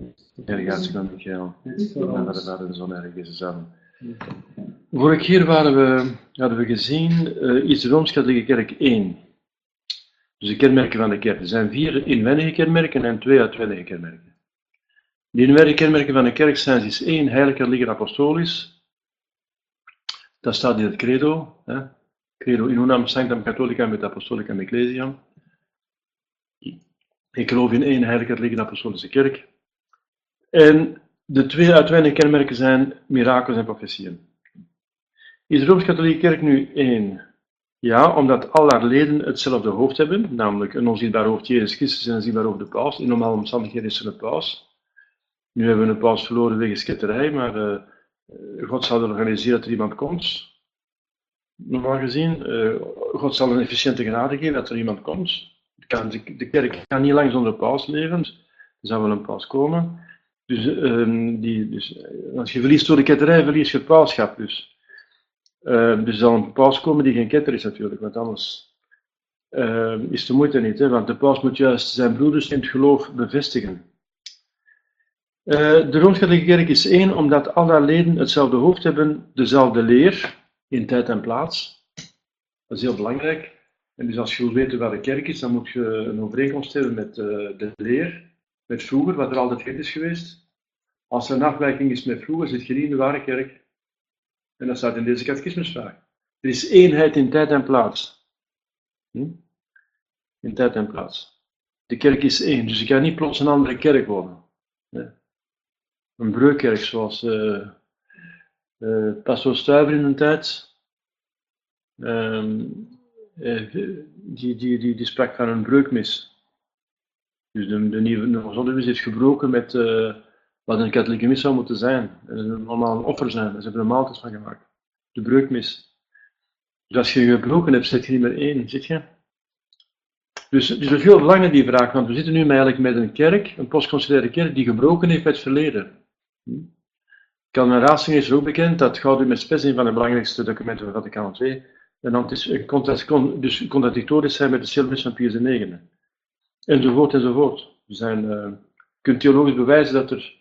Delegatie van Michael. En dat de Vader en de Zoon en Jezus samen. Vorige keer hadden we gezien is de Rooms-Katholieke Kerk 1. Dus de kenmerken van de kerk. Er zijn 4 inwendige kenmerken en 2 uitwendige kenmerken. De inwendige kenmerken van de kerk zijn dus 1, heilig, katholiek en apostolisch. Dat staat in het credo. Hè? Credo in unam sanctam catholicam et apostolicam ecclesiam. Ik geloof in 1 heilige, katholieke en apostolische kerk. En de 2 uitwendige kenmerken zijn mirakels en profetieën. Is de Rooms-Katholieke Kerk nu 1? Ja, omdat al haar leden hetzelfde hoofd hebben, namelijk een onzichtbaar hoofd Jezus Christus en een zichtbaar hoofd de paus. In normale omstandigheden is er een paus. Nu hebben we een paus verloren wegens ketterij, maar God zal organiseren dat er iemand komt. Normaal gezien, God zal een efficiënte genade geven dat er iemand komt. De kerk kan niet lang zonder paus leven, dus er zal wel een paus komen. Dus als je verliest door de ketterij, verlies je het pauschap. Dus er zal een paus komen die geen ketter is natuurlijk, want anders is de moeite niet. Hè? Want de paus moet juist zijn broeders in het geloof bevestigen. De Rooms-Katholieke Kerk is 1 omdat al haar leden hetzelfde hoofd hebben, dezelfde leer in tijd en plaats. Dat is heel belangrijk. En dus als je wil weten waar de kerk is, dan moet je een overeenkomst hebben met de leer, met vroeger, wat er altijd is geweest. Als er een afwijking is met vroeger, zit je niet in de ware kerk. En dat staat in deze catechismusvraag. Er is eenheid in tijd en plaats. In tijd en plaats. De kerk is 1, dus je kan niet plots een andere kerk worden. Nee. Een breukkerk zoals pastoor Stuyver in een tijd. Die sprak van een breukmis. Dus de nieuwe zondemis heeft gebroken met wat een katholieke mis zou moeten zijn. En dat moet allemaal een offer zijn. Ze hebben er een maaltijd van gemaakt. De breukmis. Dus als je gebroken hebt, zit je niet meer 1, zit je? Dus het is nog heel belangrijk die vraag, want we zitten nu eigenlijk met een kerk, een postconciliaire kerk, die gebroken heeft met het verleden. Calvin Ratzinger is er ook bekend dat Gaudium et Spes een van de belangrijkste documenten van Vaticaan II dus contradictorisch zijn met de Sylvis van Pius IX. Enzovoort, enzovoort. Je kunt theologisch bewijzen dat er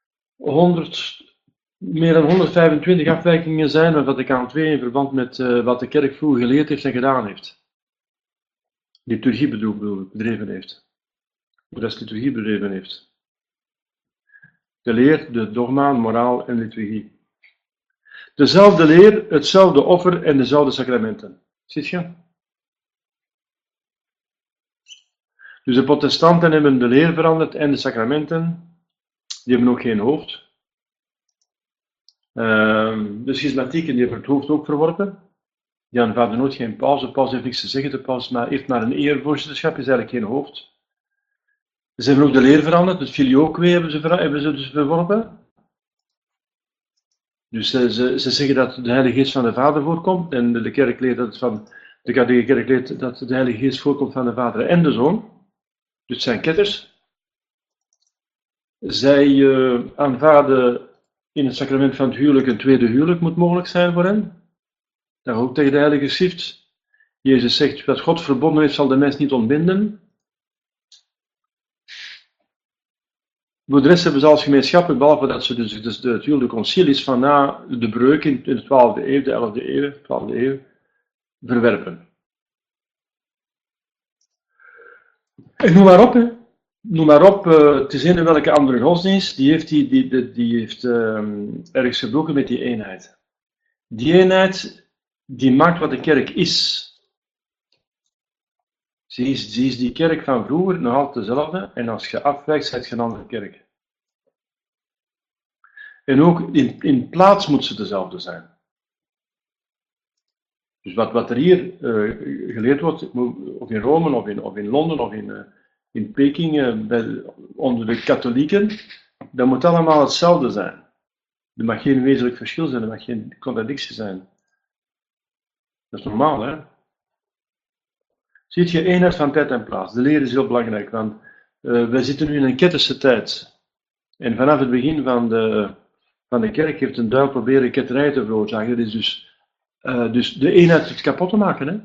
meer dan 125 afwijkingen zijn van Vaticaan II in verband met wat de kerk vroeger geleerd heeft en gedaan heeft. Liturgie bedreven heeft. Hoe dat liturgie bedreven heeft. De leer, de dogma, moraal en liturgie. Dezelfde leer, hetzelfde offer en dezelfde sacramenten. Ziet je? Dus de protestanten hebben de leer veranderd en de sacramenten. Die hebben ook geen hoofd. De schismatieken die hebben het hoofd ook verworpen. Die aanvaarden nooit geen paus. De paus heeft niks te zeggen. De paus heeft maar een eervoorzitterschap, is eigenlijk geen hoofd. Ze hebben ook de leer veranderd. Het filioque hebben ze dus verworpen. Dus ze zeggen dat de Heilige Geest van de Vader voorkomt. En de kerk leert dat de katholieke kerk leert dat de Heilige Geest voorkomt van de Vader en de Zoon. Dus het zijn ketters. Zij aanvaarden in het sacrament van het huwelijk een tweede huwelijk moet mogelijk zijn voor hen. Dat ook tegen de Heilige Schrift. Jezus zegt, wat God verbonden heeft, zal de mens niet ontbinden. Voor de rest hebben ze als gemeenschappelijk, behalve dat ze dus het huwelijk concilies van na de breuk in de 12e eeuw, de 11e eeuw, 12e eeuw, verwerpen. En noem maar op, hè. Noem maar op, het is een welke andere godsdienst, die heeft ergens gebroken met die eenheid. Die eenheid, die maakt wat de kerk is. Ze is die kerk van vroeger nog altijd dezelfde, en als je afwijkt, zet je een andere kerk. En ook in plaats moet ze dezelfde zijn. Dus wat er hier geleerd wordt, of in Rome, of in Londen, of in Peking, onder de katholieken, dat moet allemaal hetzelfde zijn. Er mag geen wezenlijk verschil zijn, er mag geen contradictie zijn. Dat is normaal, hè? Ziet je eenheid van tijd en plaats. De leer is heel belangrijk, want wij zitten nu in een ketterse tijd. En vanaf het begin van de kerk heeft een duivel proberen ketterij te veroorzaken. Dat is dus de eenheid kapot te maken, hè?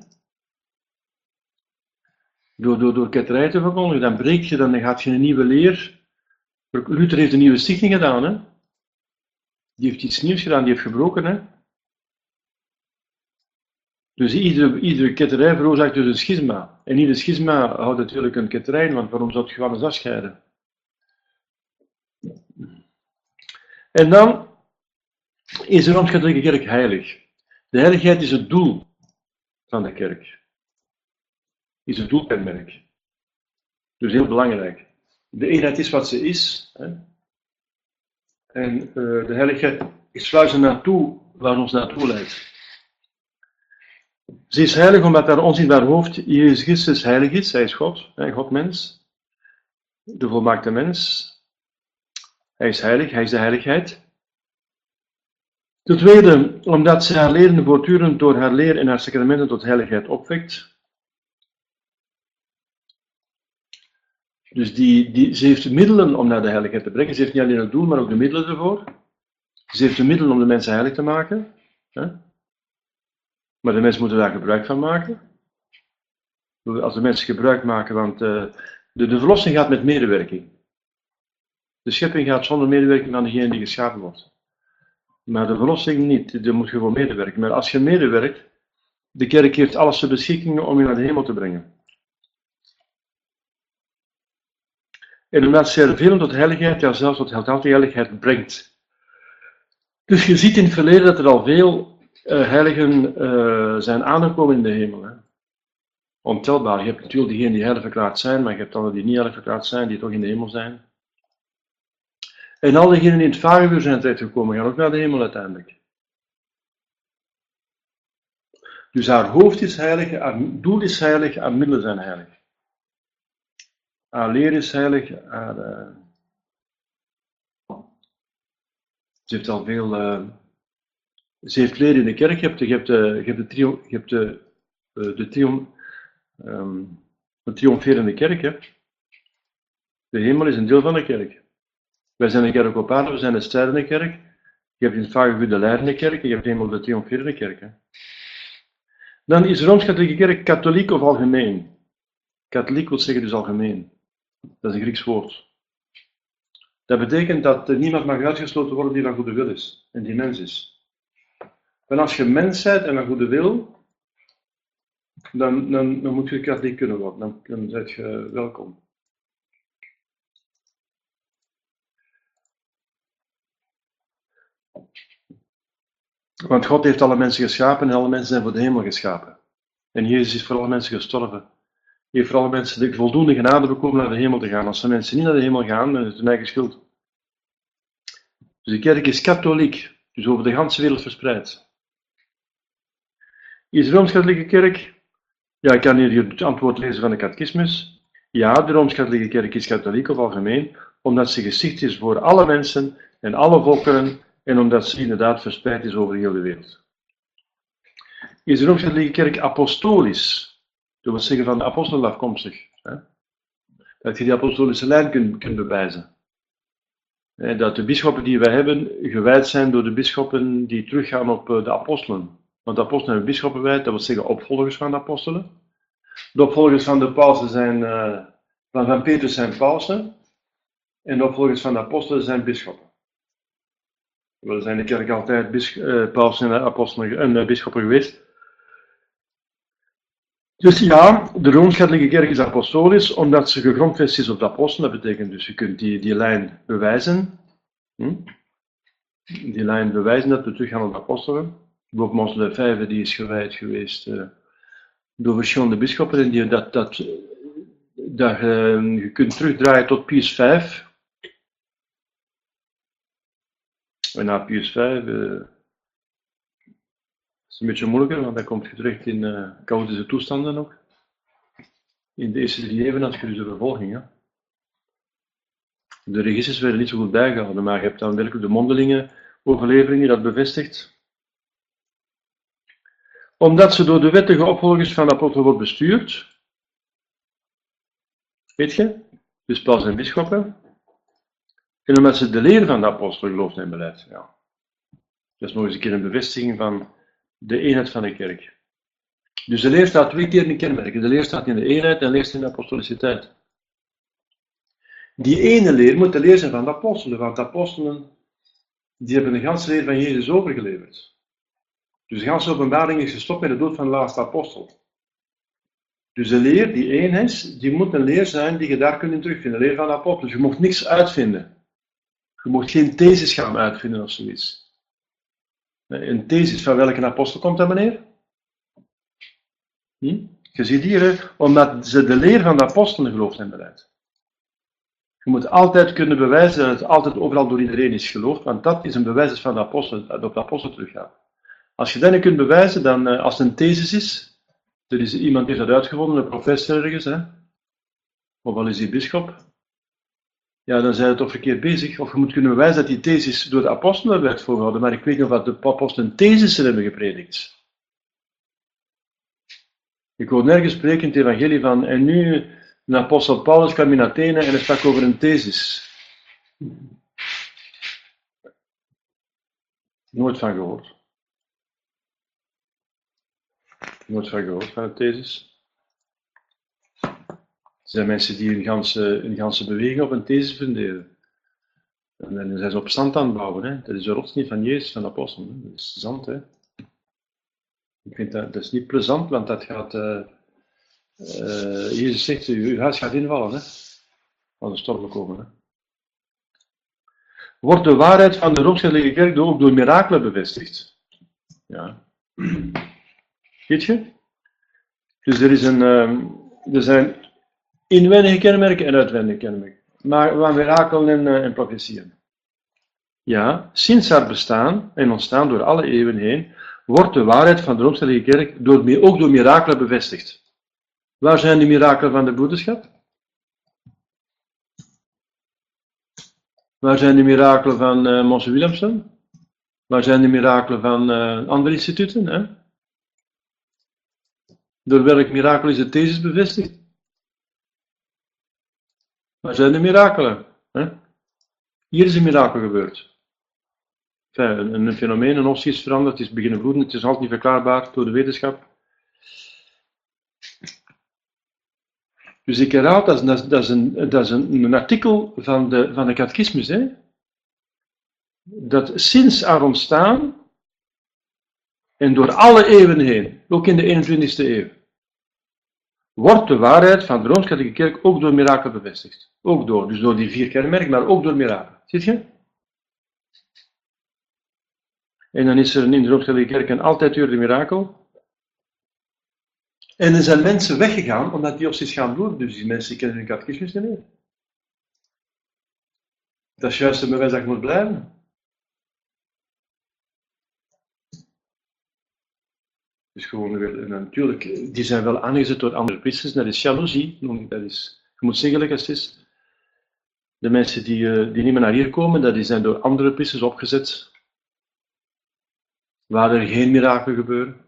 Door ketterij te verkondigen, dan breek je, dan gaat je een nieuwe leer Luther heeft een nieuwe stichting gedaan, hè? Die heeft iets nieuws gedaan, die heeft gebroken, hè? Dus iedere ketterij veroorzaakt dus een schisma. En ieder schisma houdt natuurlijk een ketterij in, want waarom zou het gewoon eens afscheiden? En dan is de Rooms-Katholieke Kerk heilig. De heiligheid is het doel van de kerk. Is het doelkenmerk. Dus heel belangrijk. De eenheid is wat ze is. Hè? En de heiligheid is waar ze naartoe, waar ons naartoe leidt. Ze is heilig omdat haar onzichtbaar hoofd, Jezus Christus, heilig is. Hij is God, God-mens. De volmaakte mens. Hij is heilig, hij is de heiligheid. Ten tweede, omdat ze haar leren voortdurend door haar leer en haar sacramenten tot heiligheid opwekt. Dus ze heeft middelen om naar de heiligheid te brengen. Ze heeft niet alleen het doel, maar ook de middelen ervoor. Ze heeft de middelen om de mensen heilig te maken. Hè? Maar de mensen moeten daar gebruik van maken. Als de mensen gebruik maken, want de verlossing gaat met medewerking. De schepping gaat zonder medewerking van degene die geschapen wordt. Maar de verlossing niet, daar moet je gewoon medewerken. Maar als je medewerkt, de kerk heeft alles ter beschikking om je naar de hemel te brengen. En omdat ze er veel tot heiligheid, ja zelfs tot heiligheid brengt. Dus je ziet in het verleden dat er al veel heiligen zijn aangekomen in de hemel. Hè. Ontelbaar. Je hebt natuurlijk diegenen die heilig verklaard zijn, maar je hebt anderen die niet heilig verklaard zijn, die toch in de hemel zijn. En al diegenen die in het vagevuur zijn terechtgekomen, gaan ook naar de hemel uiteindelijk. Dus haar hoofd is heilig, haar doel is heilig, haar middelen zijn heilig. Haar leer is heilig, ze heeft al veel... Ze heeft leren in de kerk, je hebt de triomferende kerk. Hè. De hemel is een deel van de kerk. Wij zijn een kerk op aarde, we zijn een strijdende kerk. Je hebt in het vagevuur de leidende kerk en je hebt de hemel de triomferende kerk. Hè. Dan is de Rooms-Katholieke Kerk katholiek of algemeen. Katholiek wil zeggen dus algemeen. Dat is een Grieks woord. Dat betekent dat niemand mag uitgesloten worden die van goede wil is en die mens is. En als je mens bent en van goede wil, dan moet je katholiek kunnen worden. Dan ben je welkom. Want God heeft alle mensen geschapen en alle mensen zijn voor de hemel geschapen. En Jezus is voor alle mensen gestorven. Hij heeft voor alle mensen de voldoende genade bekomen naar de hemel te gaan. Als de mensen niet naar de hemel gaan, dan is het hun eigen schuld. Dus de kerk is katholiek, dus over de hele wereld verspreid. Is de Rooms-Katholieke Kerk? Ja, ik kan hier het antwoord lezen van de catechismus. Ja, de Rooms-Katholieke Kerk is katholiek of algemeen, omdat ze gesticht is voor alle mensen en alle volkeren en omdat ze inderdaad verspreid is over heel de wereld. Is de Rooms-Katholieke Kerk apostolisch? Dat wil zeggen van de apostelen afkomstig. Hè? Dat je die apostolische lijn kunt bewijzen. Dat de bisschoppen die wij hebben gewijd zijn door de bisschoppen die teruggaan op de apostelen. Want de apostelen hebben bisschoppen gewijd, dat wil zeggen opvolgers van de apostelen. De opvolgers van de pausen zijn, van Petrus zijn pausen. En de opvolgers van de apostelen zijn bisschoppen. Er zijn in de kerk altijd pausen en apostelen en bisschoppen geweest. Dus ja, de Rooms-Katholieke Kerk is apostolisch, omdat ze gegrondvest is op de apostelen. Dat betekent dus, je kunt die lijn bewijzen. Die lijn bewijzen dat we teruggaan op de apostelen. Bijvoorbeeld Mons V, die is gewijd geweest door verschillende bisschoppen. En je kunt terugdraaien tot Pius V. En na Pius V is het een beetje moeilijker, want dan kom je terecht in chaotische toestanden nog. In de eerste 3 eeuwen had je dus de vervolging. Hè. De registers werden niet zo goed bijgehouden, maar je hebt dan werkelijk de mondelinge overleveringen dat bevestigt. Omdat ze door de wettige opvolgers van de apostel wordt bestuurd. Weet je? Dus paus en bisschoppen. En omdat ze de leer van de apostel gelooft en beleid. Ja. Dat is nog eens een keer een bevestiging van de eenheid van de kerk. Dus de leer staat 2 keer in de kenmerken. De leer staat in de eenheid en de leer staat in de apostoliciteit. Die ene leer moet de leer zijn van de apostelen, want de apostelen die hebben de ganse leer van Jezus overgeleverd. Dus de ganse openbaring is gestopt met de dood van de laatste apostel. Dus de leer die één is, die moet een leer zijn die je daar kunt in terugvinden. De leer van de apostelen. Dus je mocht niks uitvinden. Je mocht geen thesis gaan uitvinden of zoiets. Een thesis van welke apostel komt dat, meneer? Je ziet hier, omdat ze de leer van de apostelen geloofd hebben bereid. Je moet altijd kunnen bewijzen dat het altijd overal door iedereen is geloofd, want dat is een bewijs dat van de apostelen, dat op de apostelen teruggaat. Als je dat niet kunt bewijzen, dan als het een thesis is, er is iemand die heeft dat uitgevonden, een professor ergens, of al is hij bisschop, ja, dan zijn we toch verkeerd bezig. Of je moet kunnen bewijzen dat die thesis door de apostelen werd voorgehouden, maar ik weet niet of de apostelen theses hebben gepredikt. Ik hoor nergens spreken in het evangelie van, en nu, een apostel Paulus kwam in Athene en hij sprak over een thesis. Nooit van gehoord. Nooit van gehoord van een thesis. Er zijn mensen die een ganse beweging op een thesis funderen. En dan zijn ze op zand aan het bouwen. Hè. Dat is de rots niet van Jezus, van de apostelen. Hè. Dat is zand. Hè. Ik vind dat is niet plezant, want dat gaat... Jezus zegt, uw huis gaat invallen. Hè. Als er stormen komen. Hè. Wordt de waarheid van de Rooms-Katholieke Kerk ook door mirakelen bevestigd? Ja. Weet je? Dus er zijn inwendige kenmerken en uitwendige kenmerken. Maar van mirakelen en profetieën. Ja, sinds haar bestaan en ontstaan door alle eeuwen heen, wordt de waarheid van de Rooms-Katholieke Kerk ook door mirakelen bevestigd. Waar zijn de mirakelen van de broederschap? Waar zijn de mirakelen van Monsieur Williamson? Waar zijn de mirakelen van andere instituten? Hè? Door welk mirakel is de thesis bevestigd? Waar zijn de mirakelen? Hè? Hier is een mirakel gebeurd. Enfin, een fenomeen, een optie is veranderd, het is beginnen bloeden, het is altijd niet verklaarbaar door de wetenschap. Dus ik herhaal, dat is een artikel van de catechismus, hè? Dat sinds haar ontstaan, en door alle eeuwen heen, ook in de 21e eeuw, wordt de waarheid van de Rooms-Katholieke Kerk ook door mirakel bevestigd. Ook door, dus door die 4 kenmerken, maar ook door mirakel. Ziet je? En dan is er in de Rooms-Katholieke Kerk een altijd duurde mirakel. En er zijn mensen weggegaan omdat die opties gaan bloeden, dus die mensen kennen hun catechismus niet meer. Dat is juist een bewijs dat je moet blijven. Dus gewoon weer, natuurlijk, die zijn wel aangezet door andere priesters, dat is jaloezie, dat is, je moet zeggen gelijk als het is. De mensen die niet meer naar hier komen, die zijn door andere priesters opgezet, waar er geen mirakel gebeuren.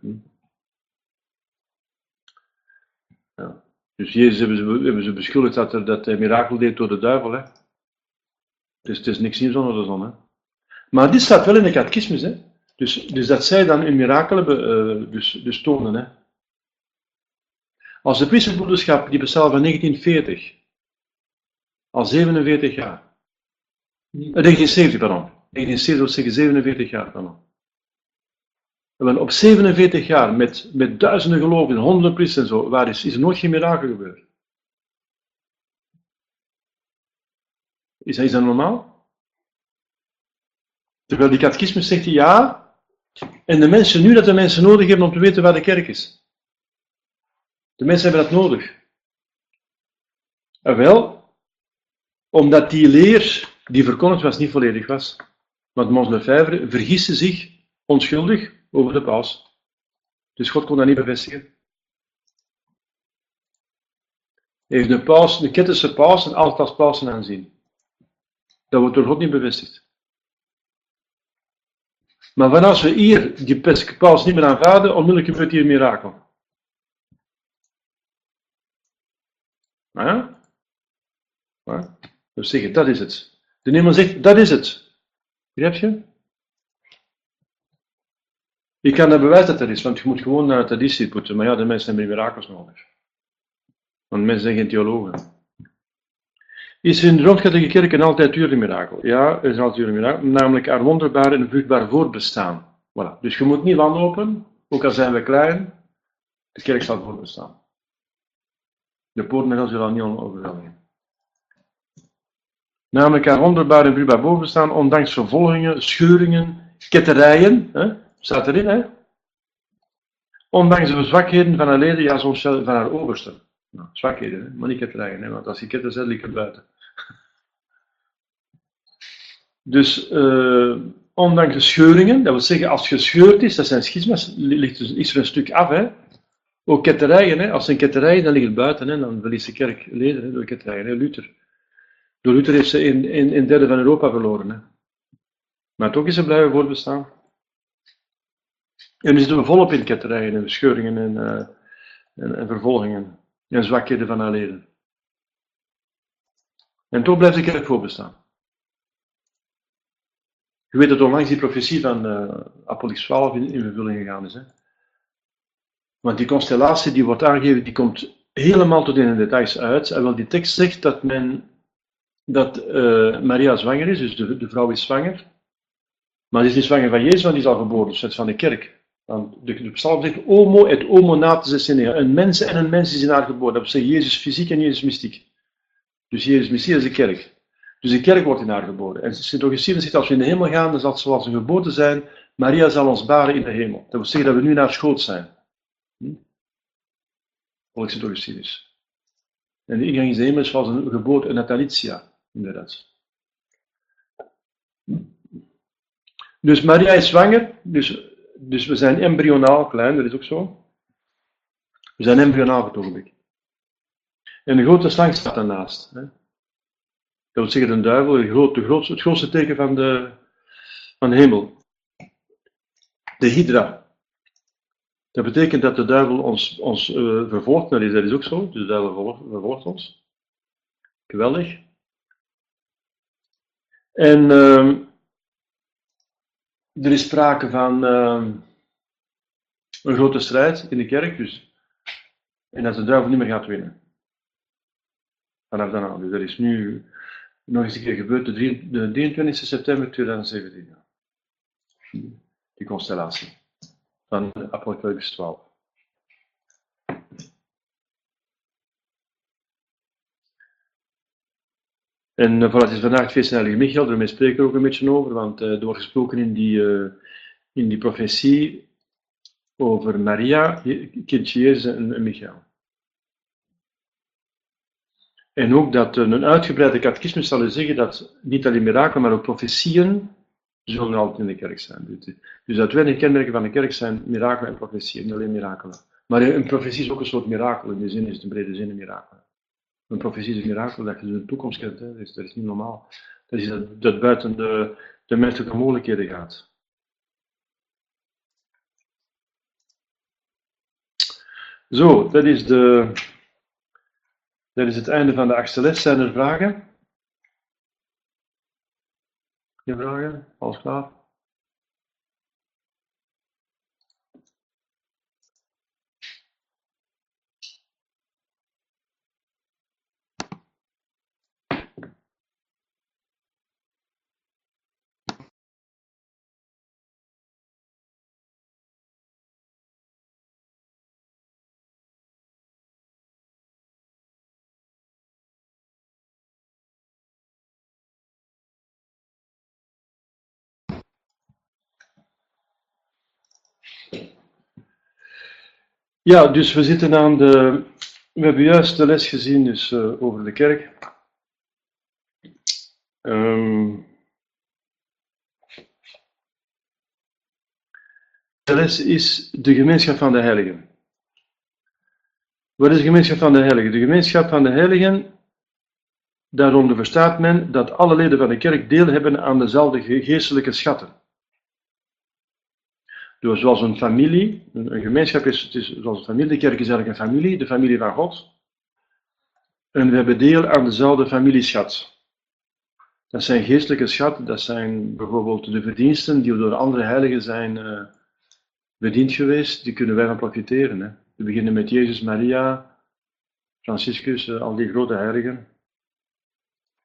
Ja. Dus Jezus hebben ze beschuldigd dat hij mirakel deed door de duivel. Hè. Dus het is niks nieuws onder de zon. Hè. Maar dit staat wel in de catechismus. Hè. Dus dat zij dan hun mirakelen dus tonen. Hè. Als de priesterbroederschap die bestaat van 1940, al 47 jaar. 1970, pardon. 1970 wil zeggen 47 jaar, pardon. Op 47 jaar, met duizenden gelovigen, honderden priesters en zo, waar is er nooit geen mirakel gebeurd? Is dat normaal? Terwijl die catechismus zegt ja, en de mensen nu dat de mensen nodig hebben om te weten waar de kerk is. De mensen hebben dat nodig. En wel, omdat die leer die verkondigd was niet volledig was. Want Mons Lefebvre vergiste zich onschuldig over de paus. Dus God kon dat niet bevestigen. Heeft de Kettense paus en altijd als pausen aanzien. Dat wordt door God niet bevestigd. Maar wanneer we hier die paus niet meer aanvaarden, onmiddellijk gebeurt hier een mirakel. Ja? Ja? Dus zeggen, dat is het. De hemel zegt, dat is het. Begrijp je? Ik kan dat bewijzen dat er is, want je moet gewoon naar de traditie poeten. Maar ja, de mensen hebben mirakels nodig. Want mensen zijn geen theologen. Is er in de Rooms-Katholieke Kerk een altijd mirakel? Ja, er is een altijd mirakel, namelijk haar wonderbaar en vruchtbaar voortbestaan. Voilà. Dus je moet niet wanhopen, ook al zijn we klein, de kerk zal voortbestaan. De poorten zullen al niet overweldigen. Namelijk haar wonderbaar en vruchtbaar voortbestaan, ondanks vervolgingen, scheuringen, ketterijen, staat erin, hè? Ondanks de zwakheden van haar leden, ja, soms van haar overste. Nou, zwakheden, hè? Maar niet ketterijen, hè? Want als je ketter zet, ligt er buiten. Dus ondanks de scheuringen, dat wil zeggen als gescheurd is, dat zijn schisma's, is er een stuk af. Hè? Ook ketterijen, hè? Als ze een ketterij, dan ligt het buiten, hè? Dan verliest de kerk leden, hè? Door ketterijen. Hè? Luther. Door Luther heeft ze een derde van Europa verloren. Hè? Maar toch is ze blijven voortbestaan. En nu zitten we volop in ketterijen en scheuringen en vervolgingen en zwakheden van haar leden. En toch blijft de kerk voortbestaan. Je weet dat onlangs die profetie van Apocalypse 12 in vervulling gegaan is. Hè? Want die constellatie die wordt aangegeven, die komt helemaal tot in de details uit. En wel, die tekst zegt dat Maria zwanger is, dus de vrouw is zwanger. Maar die is niet zwanger van Jezus, want die is al geboren, dus het is van de kerk. Want de psalm zegt, homo et homo natus est in haar. Een mens en een mens is in haar geboren. Dat wil zeggen, Jezus fysiek en Jezus mystiek. Dus Jezus mystiek is de kerk. Dus de kerk wordt in haar geboren. En Sint Augustinus zegt, als we in de hemel gaan, dan zal het zoals een geboorte zijn. Maria zal ons baren in de hemel. Dat wil zeggen dat we nu in haar schoot zijn. Volgens Sint Augustinus. En de ingang in de hemel is zoals een geboorte, een natalitia, inderdaad. Dus Maria is zwanger, dus we zijn embryonaal klein, dat is ook zo. We zijn embryonaal op het ogenblik. En de grote slang staat daarnaast. Hè. Dat wil zeggen, de duivel, het grootste teken van de hemel. De hydra. Dat betekent dat de duivel ons vervolgt, dat is ook zo, dus de duivel vervolgt ons. Geweldig. En er is sprake van een grote strijd in de kerk, dus, en dat de duivel niet meer gaat winnen. Vanaf dan aan. Dus dat is nu nog eens een keer gebeurd, de 23 september 2017. Die constellatie van Apocalypse 12. En voilà, het is vandaag het feest van Heilige Michael, daarmee spreken we ook een beetje over, want er wordt gesproken in die profetie over Maria, kindje Jezus en Michael. En ook dat een uitgebreide catechismus zal u zeggen dat niet alleen mirakelen, maar ook profetieën zullen altijd in de kerk zijn. Dus dat weinig kenmerken van de kerk zijn mirakelen en profetieën, niet alleen mirakelen. Maar een profetie is ook een soort mirakel, in de zin is het in brede zin een mirakel. Een profetie is een mirakel dat je de toekomst kent, hè. Dat is niet normaal. Dat is dat buiten de menselijke mogelijkheden gaat. Zo, dat is het einde van de 8e les. Zijn er vragen? Geen vragen? Alles klaar? Ja, dus we zitten we hebben juist de les gezien dus, over de kerk. De les is de gemeenschap van de heiligen. Wat is de gemeenschap van de heiligen? De gemeenschap van de heiligen, daaronder verstaat men dat alle leden van de kerk deel hebben aan dezelfde geestelijke schatten. Dus zoals een familie, een gemeenschap is zoals een familie, de kerk is eigenlijk een familie, de familie van God. En we hebben deel aan dezelfde familieschat. Dat zijn geestelijke schatten, dat zijn bijvoorbeeld de verdiensten die door andere heiligen zijn verdiend geweest, die kunnen wij van profiteren. Hè. We beginnen met Jezus, Maria, Franciscus, al die grote heiligen.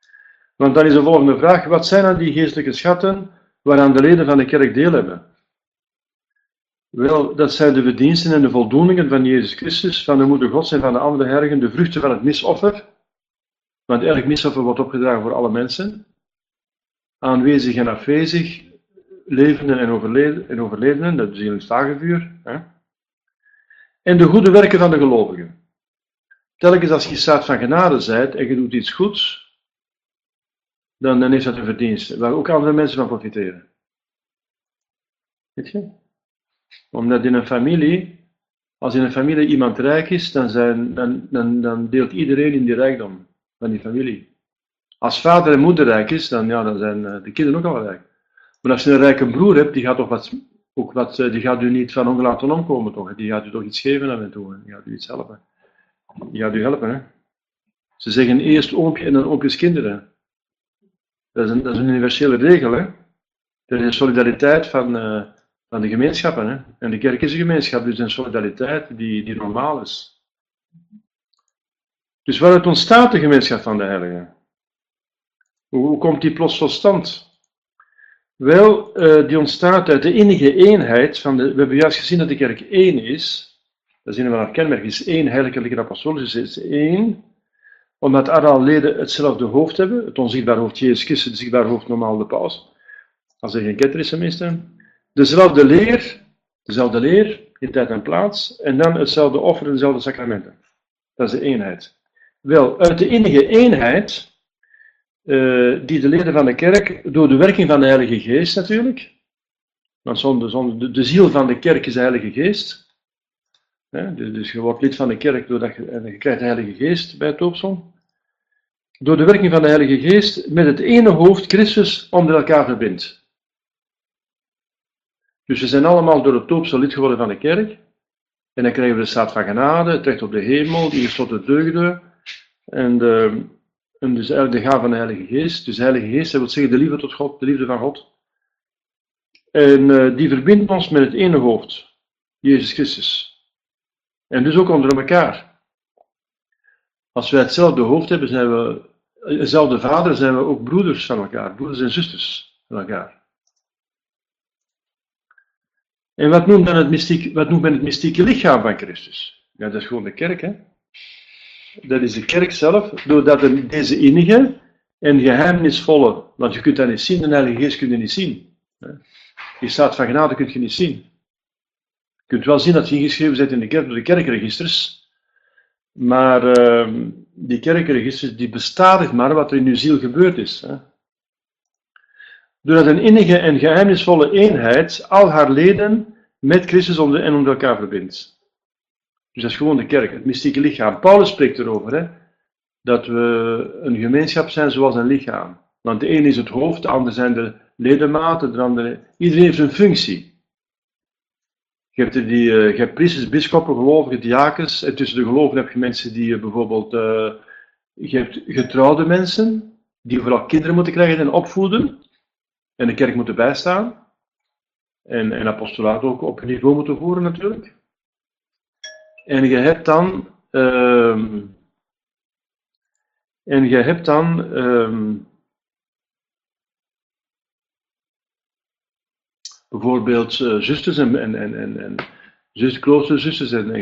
Want dan is de volgende vraag, wat zijn dan die geestelijke schatten waaraan de leden van de kerk deel hebben? Wel, dat zijn de verdiensten en de voldoeningen van Jezus Christus, van de Moeder Gods en van de andere heiligen, de vruchten van het misoffer. Want elk misoffer wordt opgedragen voor alle mensen. Aanwezig en afwezig, levenden en overledenen, dat is in het vagevuur. En de goede werken van de gelovigen. Telkens als je staat van genade zijt en je doet iets goeds, dan heeft dat een verdienste, waar ook andere mensen van profiteren. Weet je? Omdat in een familie, als in een familie iemand rijk is, dan deelt iedereen in die rijkdom van die familie. Als vader en moeder rijk is, dan zijn de kinderen ook al rijk. Maar als je een rijke broer hebt, die gaat toch die gaat u niet van ongeluk laten omkomen, toch? Die gaat u toch iets geven af en toe, die gaat u iets helpen. Die gaat u helpen, hè. Ze zeggen eerst oompje en dan oompjes kinderen. Dat is een universele regel, hè. Er is een solidariteit van de gemeenschappen, hè. En de kerk is een gemeenschap, dus een solidariteit die normaal is. Dus waaruit ontstaat de gemeenschap van de heiligen? Hoe komt die plots tot stand? Wel, die ontstaat uit de enige eenheid van we hebben juist gezien dat de kerk één is. Dat zien we vanaf kenmerk, is één, heilige, katholieke, apostolische, is één. Omdat alle leden hetzelfde hoofd hebben, het onzichtbare hoofd Jezus Christus, het zichtbare hoofd normaal de paus. Als er geen ketter is tenminste. Dezelfde leer, in tijd en plaats, en dan hetzelfde offer en dezelfde sacramenten. Dat is de eenheid. Wel, uit de enige eenheid, die de leden van de kerk, door de werking van de Heilige Geest natuurlijk, want zonder de ziel van de kerk is de Heilige Geest, dus je wordt lid van de kerk doordat je krijgt de Heilige Geest bij het doopsel, door de werking van de Heilige Geest met het ene hoofd Christus onder elkaar verbindt. Dus we zijn allemaal door het doopsel lid geworden van de kerk, en dan krijgen we de staat van genade, het recht op de hemel, die is tot de deugden, en dus eigenlijk de gave van de Heilige Geest. Dus de Heilige Geest, dat wil zeggen de liefde tot God, de liefde van God. En die verbindt ons met het ene hoofd, Jezus Christus. En dus ook onder elkaar. Als wij hetzelfde hoofd hebben, zijn we, dezelfde vader, zijn we ook broeders van elkaar, broeders en zusters van elkaar. En wat noemt men het mystieke lichaam van Christus? Ja, dat is gewoon de kerk, hè. Dat is de kerk zelf, doordat deze enige en geheimnisvolle, want je kunt dat niet zien, de Heilige Geest kun je niet zien. Die staat van genade kun je niet zien. Je kunt wel zien dat je ingeschreven bent in de kerk door de kerkregisters, maar die kerkregisters die bestadigen maar wat er in uw ziel gebeurd is. Hè. Doordat een innige en geheimnisvolle eenheid al haar leden met Christus onder elkaar verbindt. Dus dat is gewoon de kerk, het mystieke lichaam. Paulus spreekt erover, hè, dat we een gemeenschap zijn zoals een lichaam. Want de ene is het hoofd, de ander zijn de ledematen, de andere... Iedereen heeft een functie. Je hebt priesters, bisschoppen, gelovigen, diakens. En tussen de gelovigen heb je mensen die bijvoorbeeld... je hebt getrouwde mensen, die vooral kinderen moeten krijgen en opvoeden. En de kerk moeten bijstaan. En apostolaat ook op een niveau moeten voeren natuurlijk. En je hebt dan bijvoorbeeld zusters en kloosterzusters en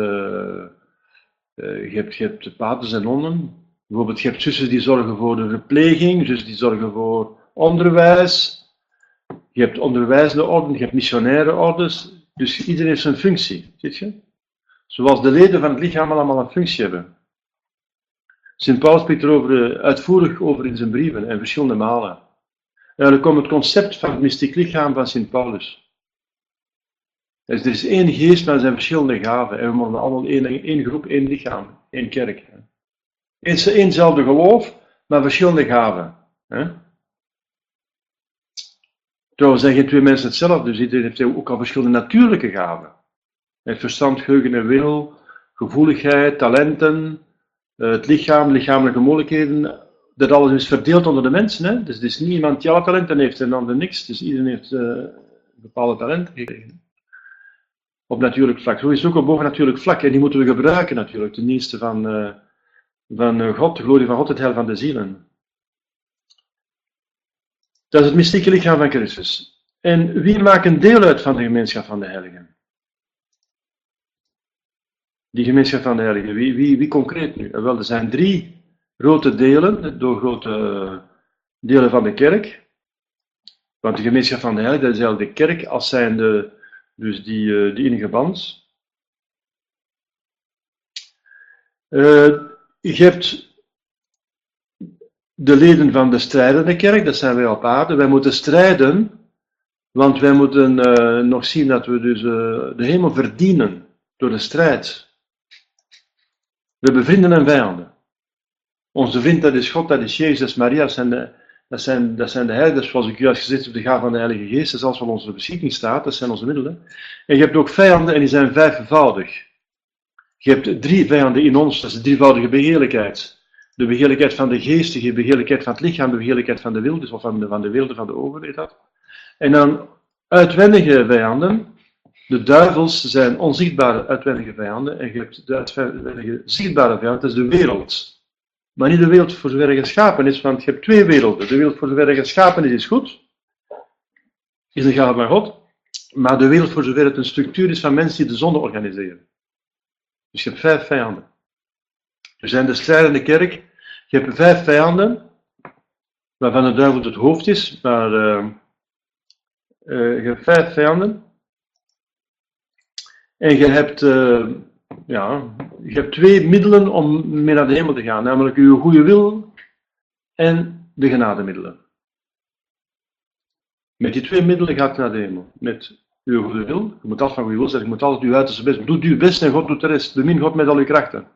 je hebt paters en nonnen. Bijvoorbeeld je hebt zusters die zorgen voor de verpleging, zusters die zorgen voor onderwijs. Je hebt onderwijzende orden, je hebt missionaire ordens. Dus iedereen heeft zijn functie, ziet je? Zoals de leden van het lichaam allemaal een functie hebben. Sint Paulus spreekt er uitvoerig over in zijn brieven en verschillende malen. Eigenlijk komt het concept van het mystiek lichaam van Sint Paulus. Dus er is één geest, maar er zijn verschillende gaven. En we worden allemaal één groep, één lichaam, één kerk. Eénzelfde geloof, maar verschillende gaven. Trouwens zijn geen twee mensen hetzelfde, dus iedereen heeft ook al verschillende natuurlijke gaven. Met verstand, geheugen en wil, gevoeligheid, talenten, het lichaam, lichamelijke mogelijkheden. Dat alles is verdeeld onder de mensen. Hè? Dus het is niet iemand die alle talenten heeft en de ander niks. Dus iedereen heeft bepaalde talenten gekregen. Op natuurlijk vlak. Zo is het ook op bovennatuurlijk vlak. En die moeten we gebruiken natuurlijk. Ten dienste van God, de glorie van God, het heil van de zielen. Dat is het mystieke lichaam van Christus. En wie maken deel uit van de gemeenschap van de heiligen? Die gemeenschap van de heiligen, wie concreet nu? Wel, er zijn 3 grote delen, door grote delen van de kerk. Want de gemeenschap van de heiligen, dat is eigenlijk de kerk als zijnde, dus die enige band. Je hebt de leden van de strijdende kerk, dat zijn wij op aarde. Wij moeten strijden, want wij moeten nog zien dat we dus de hemel verdienen door de strijd. We hebben vrienden en vijanden. Onze vriend, dat is God, dat is Jezus, dat is Maria, dat zijn de heiligen, zoals ik juist gezegd heb, de gaven van de Heilige Geest, dat is alles wat onze beschikking staat, dat zijn onze middelen. En je hebt ook vijanden en die zijn 5-voudig. Je hebt 3 vijanden in ons, dat is de drievoudige begeerlijkheid. De begeerlijkheid van de geest, de begeerlijkheid van het lichaam, de begeerlijkheid van de wil, dus of van de wilde van de ogen, weet dat. En dan uitwendige vijanden. De duivels zijn onzichtbare uitwendige vijanden en je hebt de uitwendige zichtbare vijand, dat is de wereld. Maar niet de wereld voor zover hij geschapen is, want je hebt 2 werelden. De wereld voor zover hij geschapen is goed, is een gave van God, maar de wereld voor zover het een structuur is van mensen die de zonde organiseren. Dus je hebt 5 vijanden. Er zijn de strijdende kerk, je hebt 5 vijanden, waarvan de duivel het hoofd is, maar je hebt 5 vijanden. En je hebt 2 middelen om mee naar de hemel te gaan, namelijk uw goede wil en de genademiddelen. Met die 2 middelen gaat je naar de hemel. Met uw goede wil, je moet altijd van goede wil zeggen, je moet altijd uw uiterste best doen. Doe uw best en God doet de rest. Bemin God met al uw krachten.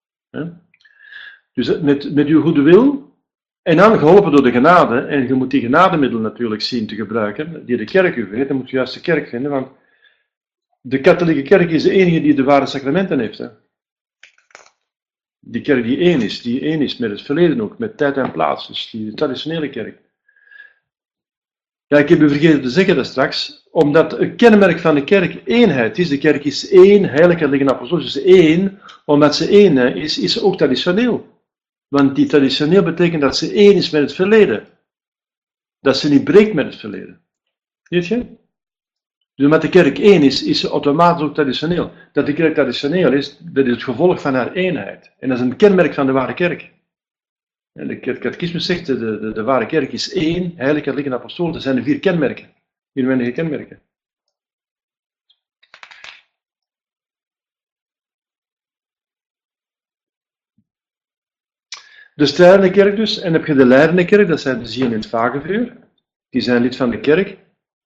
Dus met uw goede wil, en dan geholpen door de genade, en je moet die genademiddelen natuurlijk zien te gebruiken, die de kerk u weet, dan moet je juist de kerk vinden, want de katholieke kerk is de enige die de ware sacramenten heeft. Hè. Die kerk die één is met het verleden ook, met tijd en plaats, dus die traditionele kerk. Ja, ik heb u vergeten te zeggen dat straks, omdat het kenmerk van de kerk eenheid is. De kerk is één, heilig en liggen apostolisch, dus één. Omdat ze één is ze ook traditioneel. Want die traditioneel betekent dat ze één is met het verleden. Dat ze niet breekt met het verleden. Weet je? Dus omdat de kerk één is ze automatisch ook traditioneel. Dat de kerk traditioneel is, dat is het gevolg van haar eenheid. En dat is een kenmerk van de ware kerk. En de catechismus zegt, de ware kerk is één, heilig, katholiek en apostolisch. Dat zijn de 4 kenmerken. 4 weinige kenmerken. De strijdende kerk dus, en heb je de leidende kerk, dat zijn de zielen in het vagevuur. Die zijn lid van de kerk.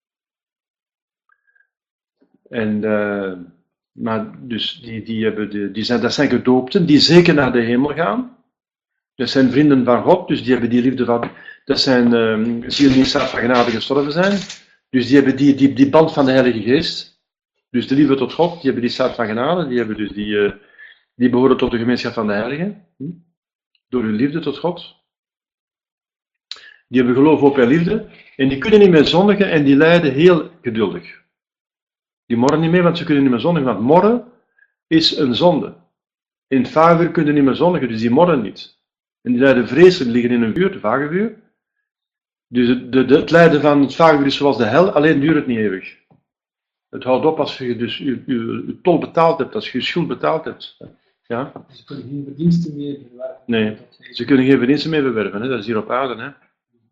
En, maar dus dat zijn gedoopten, die zeker naar de hemel gaan. Dat zijn vrienden van God, dus die hebben die liefde van... Dat zijn zielen die in staat van genade gestorven zijn. Dus die hebben die band van de Heilige Geest. Dus de liefde tot God, die hebben die staat van genade. Die hebben dus die behoren tot de gemeenschap van de Heiligen. Door hun liefde tot God. Die hebben geloof, hoop en liefde. En die kunnen niet meer zondigen en die lijden heel geduldig. Die morren niet meer, want ze kunnen niet meer zondigen. Want morren is een zonde. In het vagevuur kunnen niet meer zondigen, dus die morren niet. En die lijden vreselijk, liggen in een vuur, het vagevuur. Dus het lijden van het vagevuur is zoals de hel, alleen duurt het niet eeuwig. Het houdt op als je dus je tol betaald hebt, als je je schuld betaald hebt. Ja? Ze kunnen geen verdiensten meer verwerven. Nee, ze kunnen geen verdiensten meer verwerven, hè? Dat is hier op aarde. Hè?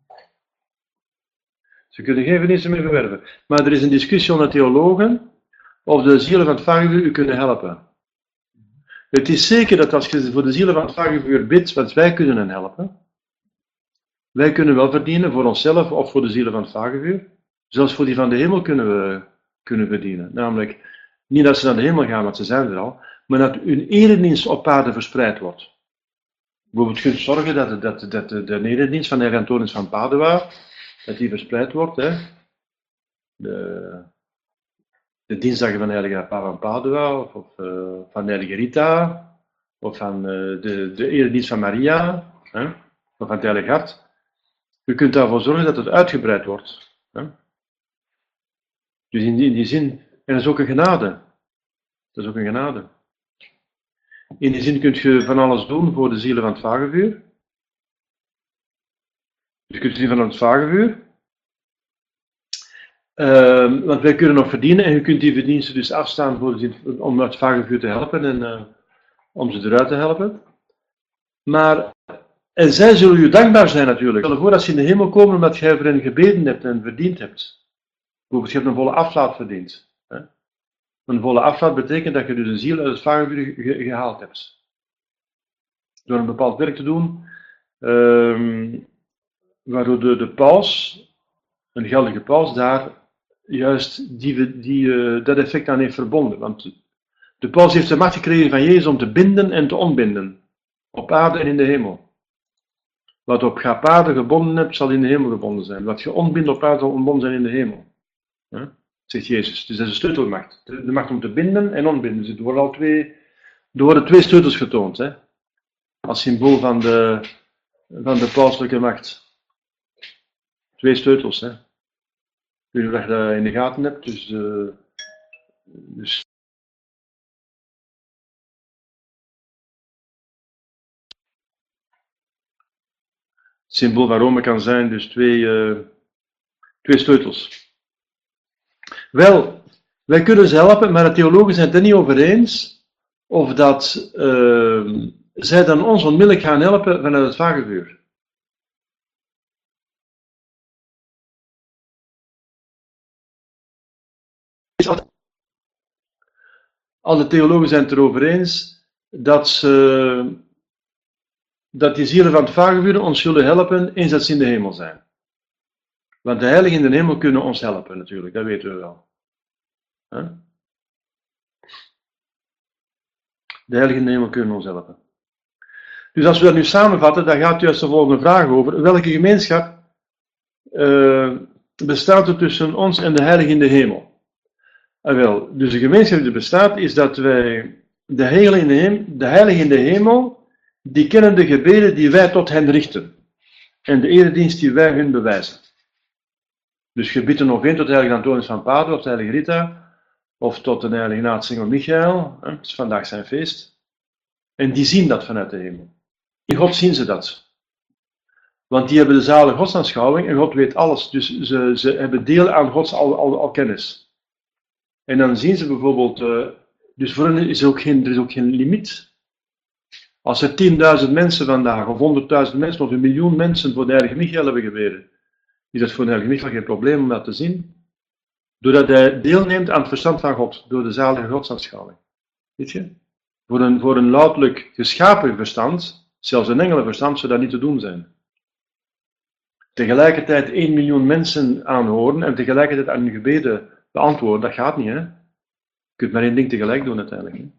Ze kunnen geen verdiensten meer verwerven. Maar er is een discussie onder theologen of de zielen van het vagevuur u kunnen helpen. Het is zeker dat als je voor de zielen van het vagevuur bidt, want wij kunnen hen helpen. Wij kunnen wel verdienen voor onszelf of voor de zielen van het vagevuur. Zelfs voor die van de hemel kunnen we verdienen. Namelijk, niet dat ze naar de hemel gaan, want ze zijn er al, maar dat hun eredienst op aarde verspreid wordt. Bijvoorbeeld kunt zorgen dat de eredienst van de Heilige Antonius van Padua, dat die verspreid wordt. Hè. De dinsdagen van de Heilige Papa van Padua, of van de Heilige Rita, of van de eredienst van Maria, hè, of van het Heilige Hart. U kunt daarvoor zorgen dat het uitgebreid wordt. Hè. Dus in die zin, en dat is ook een genade. Dat is ook een genade. In die zin kun je van alles doen voor de zielen van het vagevuur. Dus je kunt zien van het vagevuur. Want wij kunnen nog verdienen en je kunt die verdiensten dus afstaan om het vagevuur te helpen en om ze eruit te helpen. Maar, en zij zullen je dankbaar zijn natuurlijk. Stel je voor dat ze in de hemel komen omdat jij voor hen gebeden hebt en verdiend hebt. Bijvoorbeeld, je hebt een volle aflaat verdiend. Hè? Een volle aflaat betekent dat je dus een ziel uit het vagevuur gehaald hebt. Door een bepaald werk te doen, waardoor de paus, een geldige paus, daar juist dat effect aan heeft verbonden. Want de paus heeft de macht gekregen van Jezus om te binden en te ontbinden. Op aarde en in de hemel. Wat op aarde gebonden hebt, zal in de hemel gebonden zijn. Wat je ontbindt op aarde, zal ontbonden zijn in de hemel. Zegt Jezus. Dus dat is de sleutelmacht. De macht om te binden en ontbinden. Dus er worden twee sleutels getoond. Hè? Als symbool van de pauselijke macht. Twee sleutels. Hè? Ik weet niet of je dat in de gaten hebt. Dus het symbool van Rome kan zijn dus twee sleutels. Wel, wij kunnen ze helpen, maar de theologen zijn het er niet over eens of dat zij dan ons onmiddellijk gaan helpen vanuit het vagevuur. Alle theologen zijn het erover eens dat die zielen van het vagevuur ons zullen helpen eens dat ze in de hemel zijn. Want de heiligen in de hemel kunnen ons helpen natuurlijk, dat weten we wel. De heiligen in de hemel kunnen ons helpen. Dus als we dat nu samenvatten, dan gaat juist de volgende vraag over. Welke gemeenschap bestaat er tussen ons en de heiligen in de hemel? Wel, dus de gemeenschap die er bestaat, is dat wij de heiligen in de hemel, die kennen de gebeden die wij tot hen richten. En de eredienst die wij hun bewijzen. Dus je bidt een noveen tot de heilige Antonius van Padua, of de heilige Rita, of tot de heilige Aartsengel Michael. Het is vandaag zijn feest. En die zien dat vanuit de hemel. In God zien ze dat. Want die hebben de zalige godsaanschouwing en God weet alles. Dus ze hebben deel aan Gods al kennis. En dan zien ze bijvoorbeeld, dus voor hen is er ook geen limiet. Als er 10.000 mensen vandaag, of 100.000 mensen, of 1 miljoen mensen voor de heilige Michael hebben gebeden, is dat voor de heilige Michael geen probleem om dat te zien. Doordat hij deelneemt aan het verstand van God, door de zalige godsaanschouwing. Weet je? Voor een louterlijk geschapen verstand, zelfs een engelenverstand, zou dat niet te doen zijn. Tegelijkertijd 1 miljoen mensen aanhoren en tegelijkertijd aan hun gebeden beantwoorden, dat gaat niet, hè? Je kunt maar één ding tegelijk doen uiteindelijk. Hè?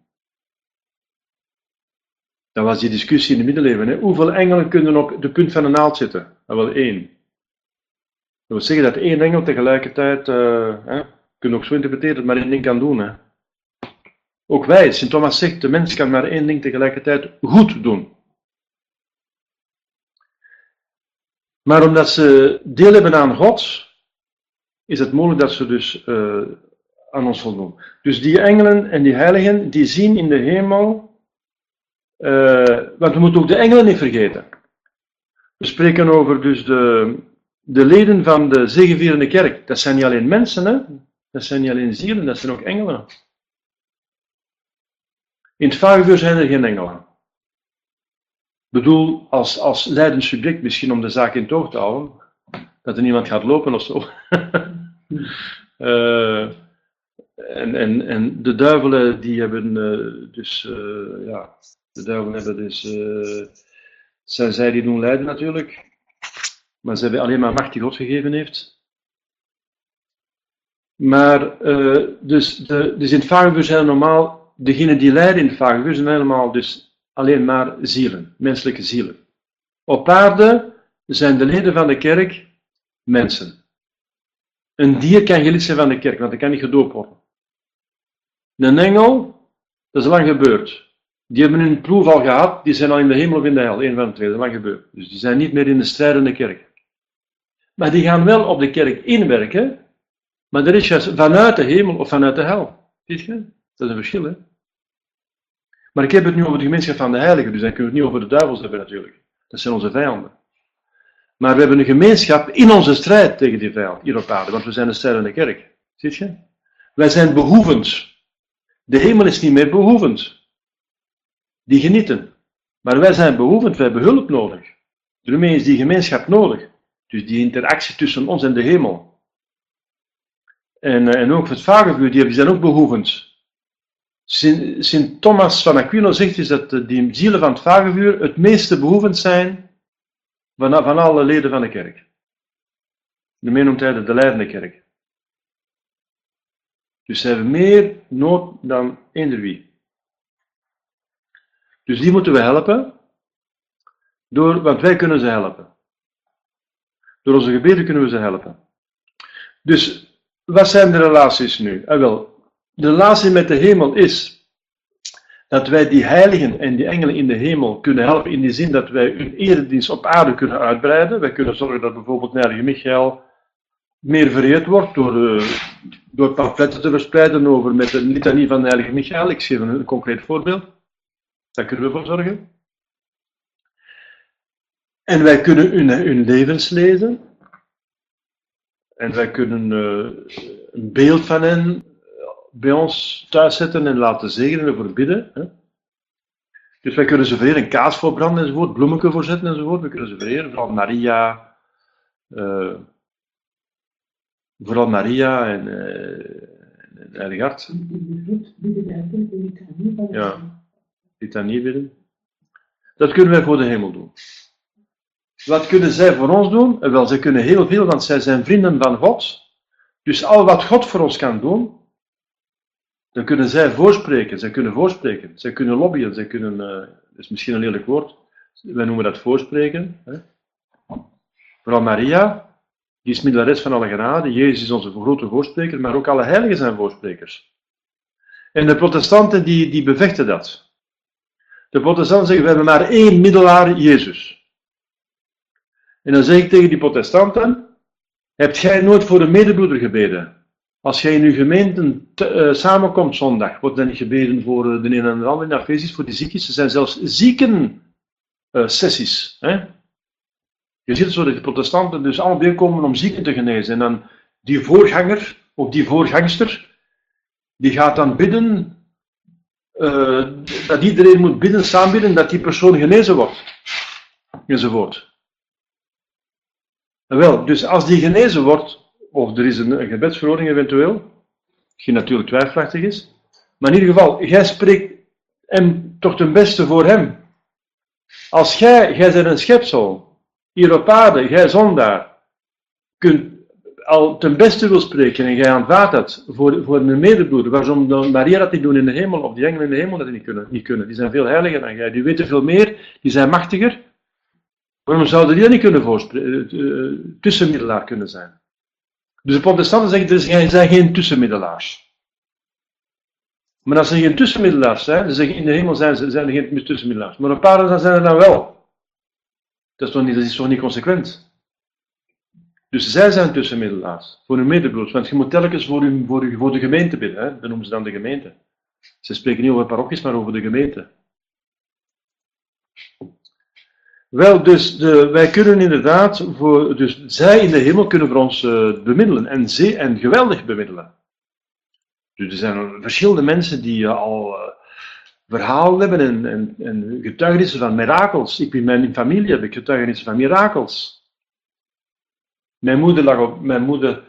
Dat was die discussie in de middeleeuwen. Hè? Hoeveel engelen kunnen op de punt van een naald zitten? Dat wel 1. Dat wil zeggen dat 1 engel tegelijkertijd, kunnen ook zo interpreteren, dat maar 1 ding kan doen. Hè? Ook wij, Sint Thomas zegt, de mens kan maar 1 ding tegelijkertijd goed doen. Maar omdat ze deel hebben aan God, is het mogelijk dat ze dus aan ons voldoen. Dus die engelen en die heiligen, die zien in de hemel, want we moeten ook de engelen niet vergeten. We spreken over dus de leden van de zegevierende kerk. Dat zijn niet alleen mensen, hè? Dat zijn niet alleen zielen, dat zijn ook engelen. In het vagevuur zijn er geen engelen. Ik bedoel, als leidend subject misschien om de zaak in toog te houden, dat er niemand gaat lopen of zo. En de duivelen die hebben de duivelen hebben dus, zijn zij die doen lijden natuurlijk, maar ze hebben alleen maar macht die God gegeven heeft. Maar, dus in het vagevuur zijn normaal, degenen die lijden in het vagevuur zijn helemaal dus alleen maar zielen, menselijke zielen. Op aarde zijn de leden van de kerk mensen. Een dier kan geen lid zijn van de kerk, want dat kan niet gedoopt worden. Een engel, dat is lang gebeurd. Die hebben hun proef al gehad, die zijn al in de hemel of in de hel, 1 van de 2, dat is lang gebeurd. Dus die zijn niet meer in de strijdende kerk. Maar die gaan wel op de kerk inwerken, maar er is juist vanuit de hemel of vanuit de hel. Ziet je? Dat is een verschil, hè? Maar ik heb het nu over de gemeenschap van de heiligen, dus dan kunnen we het niet over de duivels hebben natuurlijk. Dat zijn onze vijanden. Maar we hebben een gemeenschap in onze strijd tegen die vijand hier op aarde, want we zijn een strijdende kerk. Ziet je? Wij zijn behoevend. De hemel is niet meer behoevend. Die genieten. Maar wij zijn behoevend, wij hebben hulp nodig. Daarmee is die gemeenschap nodig. Dus die interactie tussen ons en de hemel. En ook het vagevuur, die zijn ook behoevend. Sint Thomas van Aquino zegt is dat die zielen van het vagevuur het meeste behoevend zijn van alle leden van de kerk. Daarmee noemt hij de leidende kerk. Dus ze hebben meer nood dan eender wie. Dus die moeten we helpen, want wij kunnen ze helpen. Door onze gebeden kunnen we ze helpen. Dus, wat zijn de relaties nu? Wel, de relatie met de hemel is dat wij die heiligen en die engelen in de hemel kunnen helpen in die zin dat wij hun eredienst op aarde kunnen uitbreiden. Wij kunnen zorgen dat bijvoorbeeld de heilige Michael meer vereerd wordt door pamfletten te verspreiden over met de litanie van de heilige Michael. Ik geef een concreet voorbeeld. Daar kunnen we voor zorgen. En wij kunnen hun levens lezen. En wij kunnen een beeld van hen bij ons thuis zetten en laten zegenen en voor bidden. Hè. Dus wij kunnen ze vereren, kaas voorbranden enzovoort, bloemen voorzetten enzovoort. We kunnen ze vereren, vooral Maria en Heilige Hart. Ja, litanie bidden. Dat kunnen wij voor de hemel doen. Wat kunnen zij voor ons doen? Wel, zij kunnen heel veel, want zij zijn vrienden van God. Dus al wat God voor ons kan doen, dan kunnen zij voorspreken. Zij kunnen voorspreken. Zij kunnen lobbyen. Zij kunnen, dat is misschien een lelijk woord, wij noemen dat voorspreken. Hè. Vooral Maria, die is middelares van alle genade. Jezus is onze grote voorspreker, maar ook alle heiligen zijn voorsprekers. En de protestanten die bevechten dat. De protestanten zeggen, we hebben maar één middelaar, Jezus. En dan zeg ik tegen die protestanten, hebt jij nooit voor een medebroeder gebeden? Als jij in uw gemeente samenkomt zondag, wordt dan niet gebeden voor de een en de ander in Efeziërs, voor die ziekjes. Er zijn zelfs ziekensessies. Je ziet het zo dat de protestanten dus allemaal bijkomen om zieken te genezen. En dan die voorganger, of die voorgangster, die gaat dan bidden, dat iedereen moet bidden, samen dat die persoon genezen wordt. Enzovoort. Wel, dus als die genezen wordt, of er is een gebedsverordening eventueel, die natuurlijk twijfelachtig is, maar in ieder geval, jij spreekt hem toch ten beste voor hem. Als jij bent een schepsel, hier op aarde, jij zondaar, kunt al ten beste wil spreken en jij aanvaardt dat voor een medebroeder, waarom dan Maria dat niet doen in de hemel, of die engelen in de hemel dat niet kunnen. Die zijn veel heiliger dan jij, die weten veel meer, die zijn machtiger. Waarom zouden die dat niet kunnen tussenmiddelaar kunnen zijn? Dus de protestanten zeggen, er zijn geen tussenmiddelaars. Maar als er geen tussenmiddelaars zijn, ze zeggen in de hemel zijn er geen tussenmiddelaars. Maar een paar zijn er dan wel. Dat is toch niet consequent? Dus zij zijn tussenmiddelaars voor hun medebroeders. Want je moet telkens voor de gemeente bidden. Hè? Dat noemen ze dan de gemeente. Ze spreken niet over parochies, maar over de gemeente. Wel, dus wij kunnen inderdaad, dus zij in de hemel kunnen voor ons bemiddelen en geweldig bemiddelen. Dus er zijn verschillende mensen die al verhalen hebben en getuigenissen van mirakels. In mijn familie heb ik getuigenissen van mirakels. Mijn moeder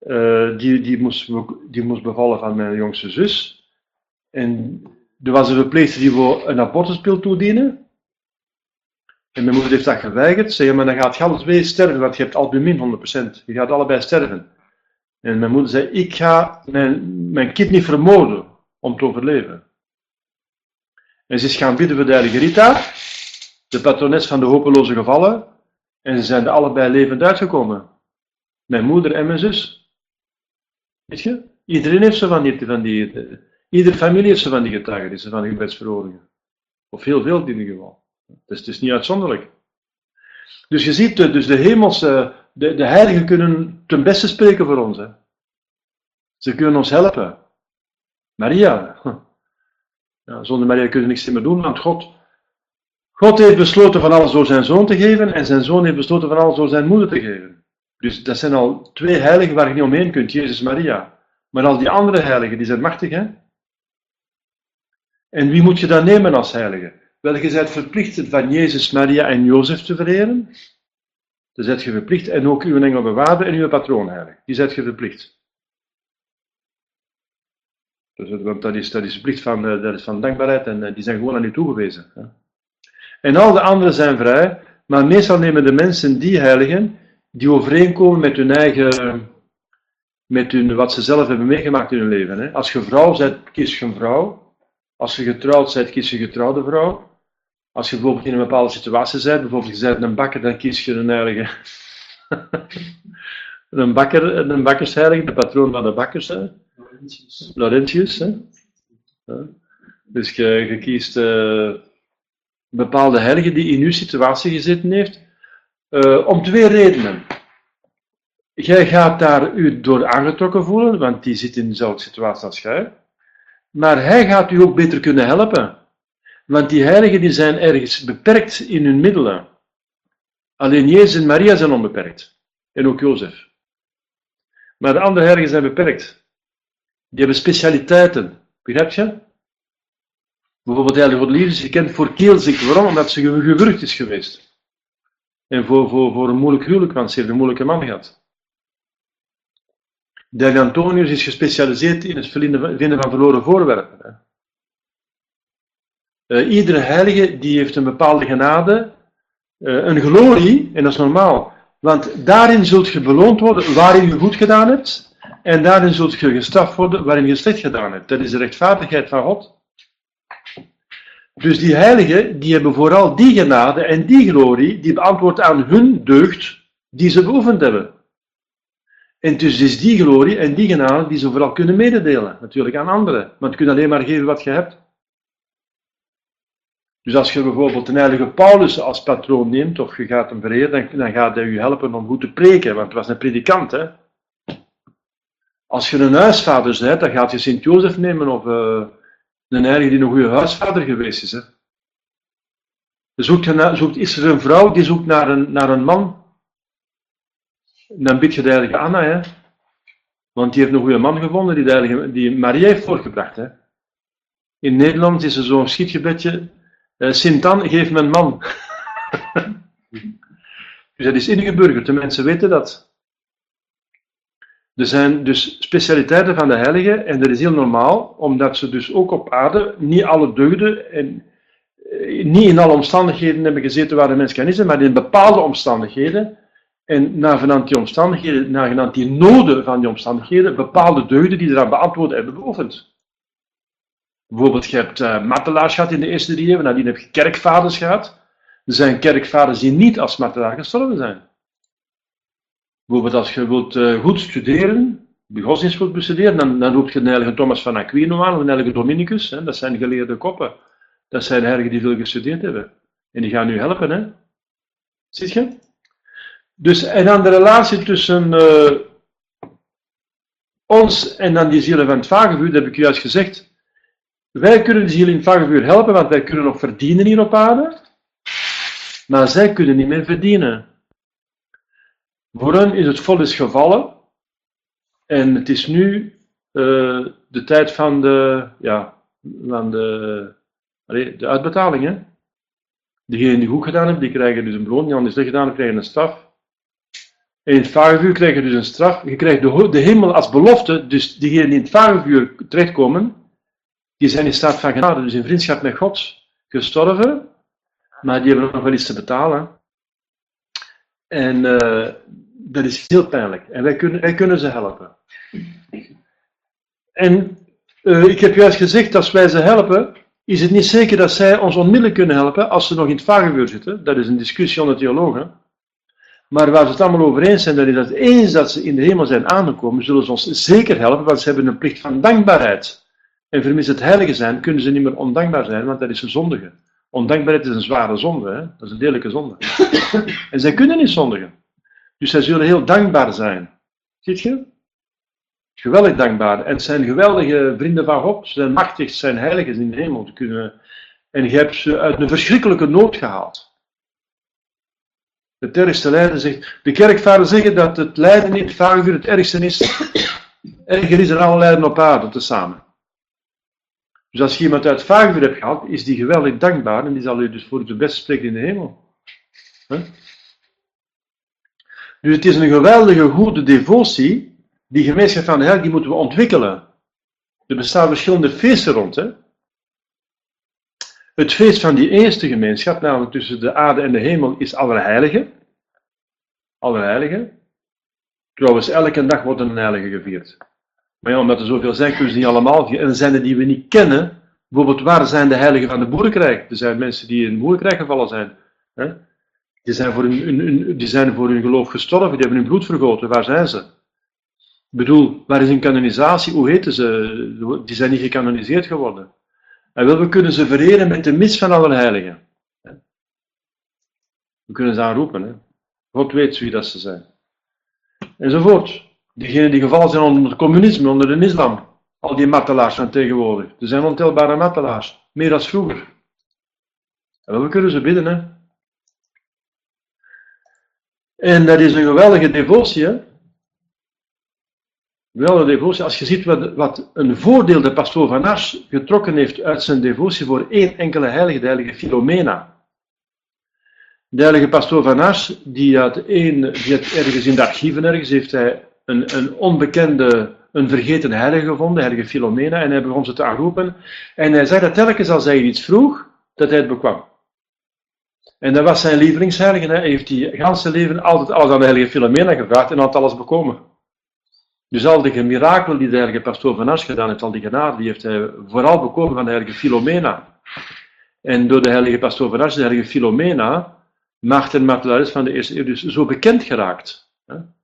die moest bevallen van mijn jongste zus. En er was een verpleegster die wou een abortuspil toedienen. En mijn moeder heeft dat geweigerd. Ze zei, maar dan gaat je alle twee sterven, want je hebt albumin 100%. Je gaat allebei sterven. En mijn moeder zei, ik ga mijn kind niet vermoorden om te overleven. En ze is gaan bidden voor de heilige Rita, de patrones van de hopeloze gevallen. En ze zijn er allebei levend uitgekomen. Mijn moeder en mijn zus. Weet je? Iedereen heeft zo iedere familie heeft zo van die getuigenissen, van die gebedsverhoringen. Of heel veel in ieder geval. Dus het is niet uitzonderlijk. Dus je ziet, dus de hemelse, de heiligen kunnen ten beste spreken voor ons. Hè. Ze kunnen ons helpen. Maria. Ja, zonder Maria kun je niks meer doen, want God God heeft besloten van alles door zijn zoon te geven en zijn zoon heeft besloten van alles door zijn moeder te geven. Dus dat zijn al twee heiligen waar je niet omheen kunt, Jezus en Maria. Maar al die andere heiligen, die zijn machtig, hè? En wie moet je dan nemen als heilige? Wel, je bent verplicht van Jezus, Maria en Jozef te vereren. Dat zet je verplicht. En ook uw engelbewaarder en uw patroonheilige. Die zet je verplicht. Dus, want dat is verplicht van dankbaarheid en die zijn gewoon aan u toegewezen. Hè? En al de anderen zijn vrij, maar meestal nemen de mensen die heiligen die overeenkomen met hun eigen, wat ze zelf hebben meegemaakt in hun leven. Hè? Als je vrouw bent, kies je een vrouw. Als je getrouwd bent, kies je een getrouwde vrouw. Als je bijvoorbeeld in een bepaalde situatie bent, bijvoorbeeld je bent een bakker, dan kies je een heilige. een bakkersheilige, de patroon van de bakkers. Hè? Laurentius. Hè? Ja. Dus je kiest bepaalde heilige die in uw situatie gezeten heeft, om twee redenen. Jij gaat daar u door aangetrokken voelen, want die zit in dezelfde situatie als jij. Maar hij gaat u ook beter kunnen helpen. Want die heiligen die zijn ergens beperkt in hun middelen. Alleen Jezus en Maria zijn onbeperkt. En ook Jozef. Maar de andere heiligen zijn beperkt. Die hebben specialiteiten. Begrijp je? Bijvoorbeeld de heilige Godelief is gekend voor keelziekte. Waarom? Omdat ze gewurgd is geweest. En voor een moeilijk huwelijk, want ze heeft een moeilijke man gehad. De heilige Antonius is gespecialiseerd in het vinden van verloren voorwerpen. Iedere heilige die heeft een bepaalde genade, een glorie, en dat is normaal. Want daarin zult je beloond worden waarin je goed gedaan hebt, en daarin zult je gestraft worden waarin je slecht gedaan hebt. Dat is de rechtvaardigheid van God. Dus die heiligen, die hebben vooral die genade en die glorie, die beantwoordt aan hun deugd, die ze beoefend hebben. En dus is die glorie en die genade die ze vooral kunnen mededelen, natuurlijk aan anderen. Want je kunt alleen maar geven wat je hebt. Dus als je bijvoorbeeld een heilige Paulus als patroon neemt, of je gaat hem vereren, dan gaat hij je helpen om goed te preken, want hij was een predikant. Hè? Als je een huisvader bent, dan gaat je Sint-Jozef nemen, of een heilige die een goede huisvader geweest is. Hè? Is er een vrouw die zoekt naar een man, dan bid je de heilige Anna, hè? Want die heeft een goede man gevonden, die Maria heeft voortgebracht. Hè? In Nederland is er zo'n schietgebedje, Sint-Anne, geef me een man. Dus dat is ingeburgerd, de mensen weten dat. Er zijn dus specialiteiten van de heiligen, en dat is heel normaal, omdat ze dus ook op aarde niet alle deugden en niet in alle omstandigheden hebben gezeten waar de mens kan zijn, maar in bepaalde omstandigheden, en navenant die omstandigheden, navenant die noden van die omstandigheden, bepaalde deugden die eraan beantwoorden hebben beoefend. Bijvoorbeeld, je hebt martelaars gehad in de eerste 3 eeuwen, nadien heb je kerkvaders gehad. Er zijn kerkvaders die niet als martelaar gestorven zijn. Bijvoorbeeld, als je wilt goed studeren, de godsdienst wilt bestuderen, dan roep je een heilige Thomas van Aquino aan, of een heilige Dominicus. Hè, dat zijn geleerde koppen. Dat zijn heiligen die veel gestudeerd hebben. En die gaan u helpen, hè. Ziet je? Dus, en dan de relatie tussen ons en dan die zielen van het vagevuur, dat heb ik juist gezegd. Wij kunnen de ziel in het vagevuur helpen, want wij kunnen nog verdienen hier op aarde. Maar zij kunnen niet meer verdienen. Voor hen is het volles gevallen. En het is nu de tijd van de uitbetaling. Hè? Degenen die goed gedaan hebben, die krijgen dus een beloning. Die anderen slecht gedaan hebben, krijgen een straf. En in het vagevuur krijg je dus een straf. Je krijgt de hemel als belofte. Dus diegenen die in het vagevuur terechtkomen, die zijn in staat van genade, dus in vriendschap met God, gestorven, maar die hebben nog wel iets te betalen. En dat is heel pijnlijk. En wij kunnen ze helpen. En ik heb juist gezegd, als wij ze helpen, is het niet zeker dat zij ons onmiddellijk kunnen helpen als ze nog in het vagevuur zitten. Dat is een discussie onder theologen. Maar waar ze het allemaal over eens zijn, dat is dat eens dat ze in de hemel zijn aangekomen, zullen ze ons zeker helpen, want ze hebben een plicht van dankbaarheid. En vermis het heilige zijn, kunnen ze niet meer ondankbaar zijn, want dat is een zondige. Ondankbaarheid is een zware zonde, hè? Dat is een delijke zonde. En zij kunnen niet zondigen. Dus zij zullen heel dankbaar zijn. Ziet je? Geweldig dankbaar. En het zijn geweldige vrienden van God. Ze zijn machtig, ze zijn heiligen in de hemel. En je hebt ze uit een verschrikkelijke nood gehaald. Het ergste lijden zegt, de kerkvaders zeggen dat het lijden in het vagevuur het ergste is. Erger is dan alle lijden op aarde tezamen. Dus als je iemand uit het vagevuur hebt gehaald, is die geweldig dankbaar en die zal u dus voor het best spreken in de hemel. Dus het is een geweldige goede devotie, die gemeenschap van de Heer, die moeten we ontwikkelen. Er bestaan verschillende feesten rond. Het feest van die eerste gemeenschap, namelijk tussen de aarde en de hemel, is Allerheiligen. Allerheiligen. Trouwens, elke dag wordt een heilige gevierd. Maar ja, omdat er zoveel zijn, kunnen ze niet allemaal vieren. En er zijn er die we niet kennen. Bijvoorbeeld, waar zijn de heiligen van de boerenkrijg? Er zijn mensen die in de boerenkrijg gevallen zijn. Die zijn voor hun geloof gestorven, die hebben hun bloed vergoten. Waar zijn ze? Ik bedoel, waar is hun kanonisatie? Hoe heten ze? Die zijn niet gekanoniseerd geworden. En wel, we kunnen ze vereren met de mis van Allerheiligen. We kunnen ze aanroepen. God weet wie dat ze zijn. Enzovoort. Diegenen die gevallen zijn onder het communisme, onder de islam. Al die martelaars van tegenwoordig. Er zijn ontelbare martelaars. Meer dan vroeger. En wel, we kunnen ze bidden. En dat is een geweldige devotie. Geweldige devotie. Als je ziet wat een voordeel de pastoor van Ars getrokken heeft uit zijn devotie voor één enkele heilige, de heilige Philomena. De heilige pastoor van Ars, die had ergens in de archieven heeft hij een onbekende, een vergeten heilige gevonden, heilige Philomena, en hij begon ze te aanroepen. En hij zei dat telkens als hij iets vroeg, dat hij het bekwam. En dat was zijn lievelingsheilige. Hij heeft die ganse leven altijd alles aan de heilige Philomena gevraagd en had alles bekomen. Dus al die mirakelen die de heilige pastoor van Ars gedaan heeft, al die genade, die heeft hij vooral bekomen van de heilige Philomena. En door de heilige pastoor van Ars, de heilige Philomena, maagd en martelares van de eerste eeuw dus zo bekend geraakt.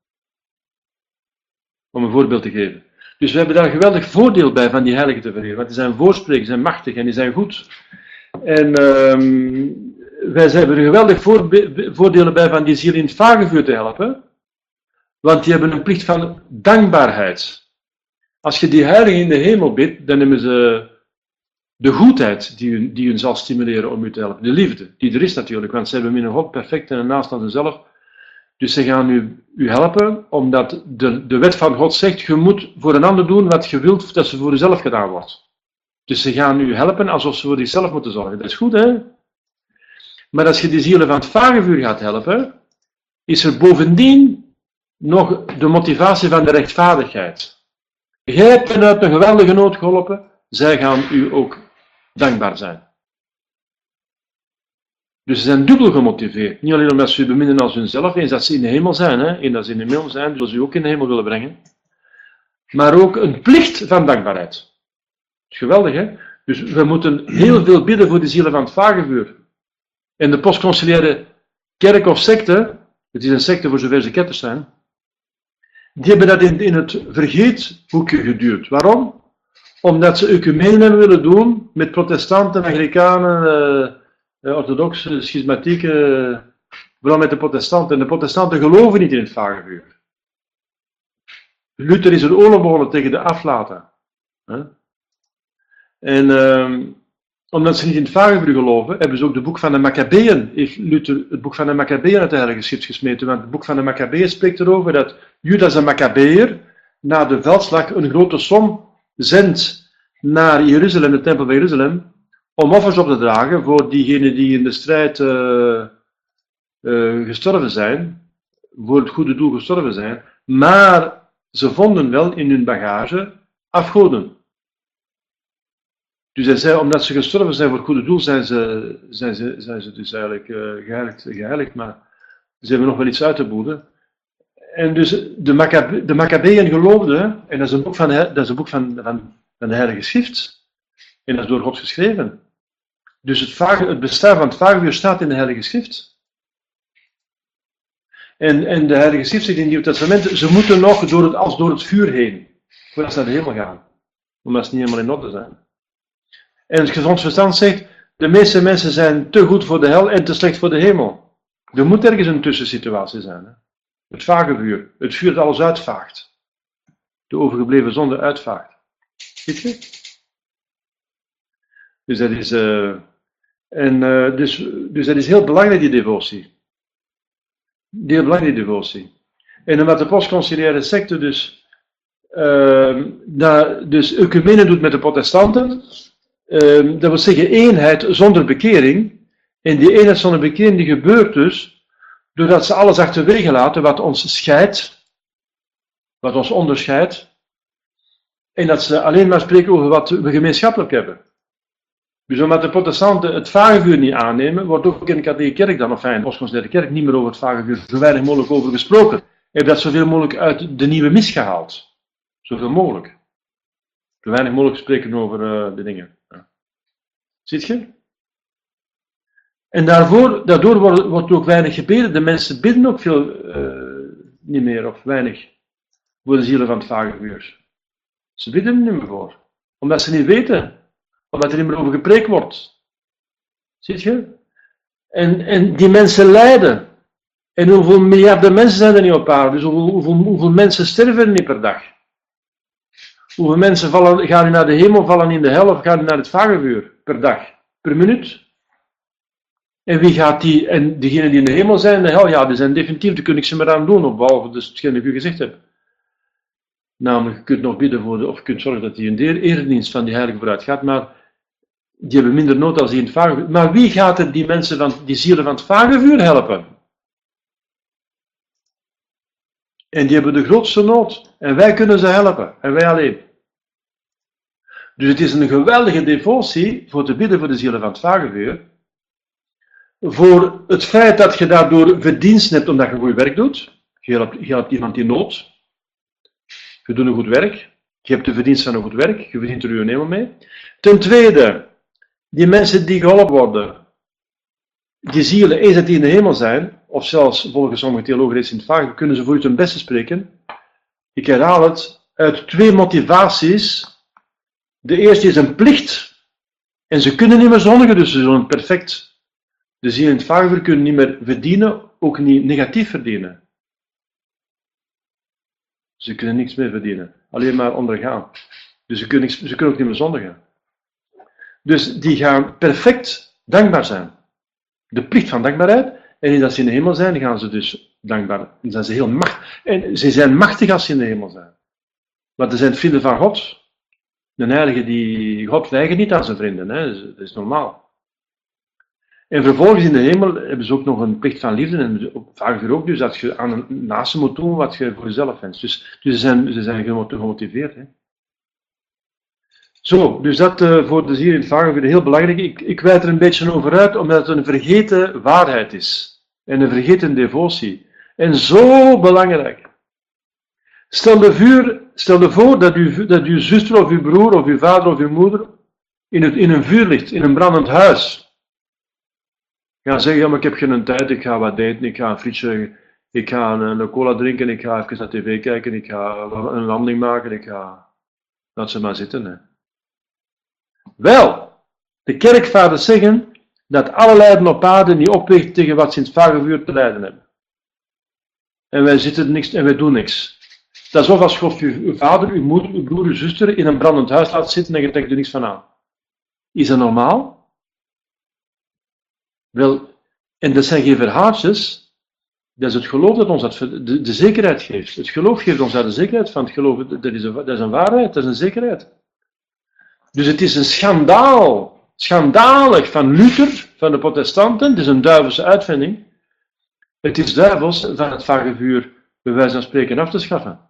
Om een voorbeeld te geven. Dus we hebben daar een geweldig voordeel bij van die heiligen te vereren. Want die zijn voorsprekers, die zijn machtig en die zijn goed. En wij hebben er geweldig voordelen bij van die ziel in het vagevuur te helpen. Want die hebben een plicht van dankbaarheid. Als je die heiligen in de hemel bidt, dan hebben ze de goedheid die hun zal stimuleren om u te helpen. De liefde, die er is natuurlijk, want ze hebben in een God perfect en naast aan zichzelf. Dus ze gaan u helpen, omdat de wet van God zegt, je moet voor een ander doen wat je wilt dat ze voor jezelf gedaan wordt. Dus ze gaan u helpen alsof ze voor zichzelf moeten zorgen. Dat is goed, hè? Maar als je die zielen van het vagevuur gaat helpen, is er bovendien nog de motivatie van de rechtvaardigheid. Jij hebt hen uit een geweldige nood geholpen, zij gaan u ook dankbaar zijn. Dus ze zijn dubbel gemotiveerd. Niet alleen omdat ze u beminnen als hunzelf, eens dat ze in de hemel zijn, eens dat ze in de hemel zijn, zullen ze u ook in de hemel willen brengen. Maar ook een plicht van dankbaarheid. Dat is geweldig, hè? Dus we moeten heel veel bidden voor de zielen van het vagevuur. En de postconciliaire kerk of secte, het is een secte voor zover ze ketters zijn, die hebben dat in het vergeethoekje geduwd. Waarom? Omdat ze ecumenen hebben willen doen met protestanten, Anglikanen, orthodoxe, schismatieken, vooral met de protestanten. En de protestanten geloven niet in het vagevuur. Luther is een oorlog begonnen tegen de aflaten. En omdat ze niet in het vagevuur geloven, hebben ze ook de boek van de Maccabeeën, heeft Luther het boek van de Maccabeeën uit de Heilige Schrift gesmeten. Want het boek van de Maccabeeën spreekt erover dat Judas en Maccabeer na de veldslag een grote som zendt naar Jeruzalem, de tempel van Jeruzalem, om offers op te dragen voor diegenen die in de strijd gestorven zijn, voor het goede doel gestorven zijn. Maar ze vonden wel in hun bagage afgoden. Dus hij zei, omdat ze gestorven zijn voor het goede doel, zijn ze dus eigenlijk geheiligd, maar ze hebben nog wel iets uit te boeden. En dus de Maccabeeën geloofden, en dat is een boek van de Heilige Schrift, en dat is door God geschreven. Dus het bestaan van het vagevuur staat in de Heilige Schrift. En de Heilige Schrift zegt in het Nieuwe Testament, ze moeten nog door het vuur heen, voordat ze naar de hemel gaan, omdat ze niet helemaal in orde zijn. En het gezond verstand zegt, de meeste mensen zijn te goed voor de hel en te slecht voor de hemel. Er moet ergens een tussensituatie zijn. Hè? Het vagevuur, het vuur dat alles uitvaagt. De overgebleven zonde uitvaagt. Ziet je? Dus dat is En dus dat is heel belangrijk, die devotie. Heel belangrijk, die devotie. En omdat de postconciliaire secte dus ecumene doet met de protestanten, dat wil zeggen eenheid zonder bekering. En die eenheid zonder bekering die gebeurt dus doordat ze alles achterwege laten wat ons scheidt, wat ons onderscheidt, en dat ze alleen maar spreken over wat we gemeenschappelijk hebben. Dus omdat de protestanten het vagevuur niet aannemen, wordt ook in de katholieke kerk dan, of in de postconciliaire kerk, niet meer over het vagevuur zo weinig mogelijk over gesproken. Heeft dat zoveel mogelijk uit de nieuwe mis gehaald. Zoveel mogelijk. Zo weinig mogelijk spreken over de dingen. Ja. Ziet je? En daardoor wordt ook weinig gebeden. De mensen bidden ook veel niet meer, of weinig, voor de zielen van het vagevuur. Ze bidden er niet meer voor. Omdat ze niet weten. Omdat er niet meer over gepreekt wordt. Ziet je? En die mensen lijden. En hoeveel miljarden mensen zijn er niet op aarde? Dus hoeveel mensen sterven er niet per dag? Hoeveel mensen gaan nu naar de hemel, vallen in de hel of gaan nu naar het vagevuur per dag? Per minuut? En wie gaat die? En diegenen die in de hemel zijn, in de hel, ja, die zijn definitief, daar kun ik ze meer aan doen, behalve dus hetgeen ik u gezegd heb. Namelijk, je kunt nog bidden voor of je kunt zorgen dat die in de eredienst van die heilige vooruit gaat, maar die hebben minder nood als die in het vagevuur. Maar wie gaat er die mensen die zielen van het vagevuur helpen? En die hebben de grootste nood. En wij kunnen ze helpen. En wij alleen. Dus het is een geweldige devotie voor te bidden voor de zielen van het vagevuur. Voor het feit dat je daardoor verdienst hebt omdat je goed werk doet. Je helpt iemand in nood. Je doet een goed werk. Je hebt de verdienst van een goed werk. Je verdient er uw hemel mee. Ten tweede, die mensen die geholpen worden, die zielen, eens dat die in de hemel zijn, of zelfs volgens sommige theologen reeds in het vagevuur, kunnen ze voor u ten beste spreken. Ik herhaal het, uit twee motivaties. De eerste is een plicht. En ze kunnen niet meer zondigen, dus ze zullen perfect. De zielen in het vagevuur kunnen niet meer verdienen, ook niet negatief verdienen. Ze kunnen niks meer verdienen, alleen maar ondergaan. Dus ze kunnen ook niet meer zondigen. Dus die gaan perfect dankbaar zijn. De plicht van dankbaarheid. En als ze in de hemel zijn, gaan ze dus dankbaar. Dan zijn ze heel machtig. En ze zijn machtig als ze in de hemel zijn. Want ze zijn vrienden van God. Een heilige die God weigert niet aan zijn vrienden. Hè. Dat is normaal. En vervolgens in de hemel hebben ze ook nog een plicht van liefde. En vaak ook dus dat je aan een naaste moet doen wat je voor jezelf wenst. Dus ze zijn gemotiveerd. Hè. Zo, dus dat voor de ziel in het vagevuur heel belangrijk. Ik wijd er een beetje over uit, omdat het een vergeten waarheid is. En een vergeten devotie. En zo belangrijk. Stel je voor dat uw zuster of uw broer of uw vader of uw moeder in een vuur ligt, in een brandend huis. Ga zeggen, ja, maar ik heb geen tijd, ik ga wat eten, ik ga een frietje, ik ga een cola drinken, ik ga even naar tv kijken, ik ga een wandeling maken, laat ze maar zitten. Hè. Wel, de kerkvaders zeggen dat alle lijden op aarde niet opweegt tegen wat ze in het vagevuur te lijden hebben. En wij zitten niks en wij doen niks. Dat is alsof als uw vader, uw moeder, uw broer, uw zuster in een brandend huis laat zitten en je trekt er niks van aan. Is dat normaal? Wel, en dat zijn geen verhaaltjes. Dat is het geloof dat ons de zekerheid geeft. Het geloof geeft ons daar de zekerheid van. Het geloof, dat is een waarheid, dat is een zekerheid. Dus het is een schandalig van Luther, van de protestanten. Het is een duivelse uitvinding. Het is duivels van het vagevuur, bij wijze van spreken, af te schaffen.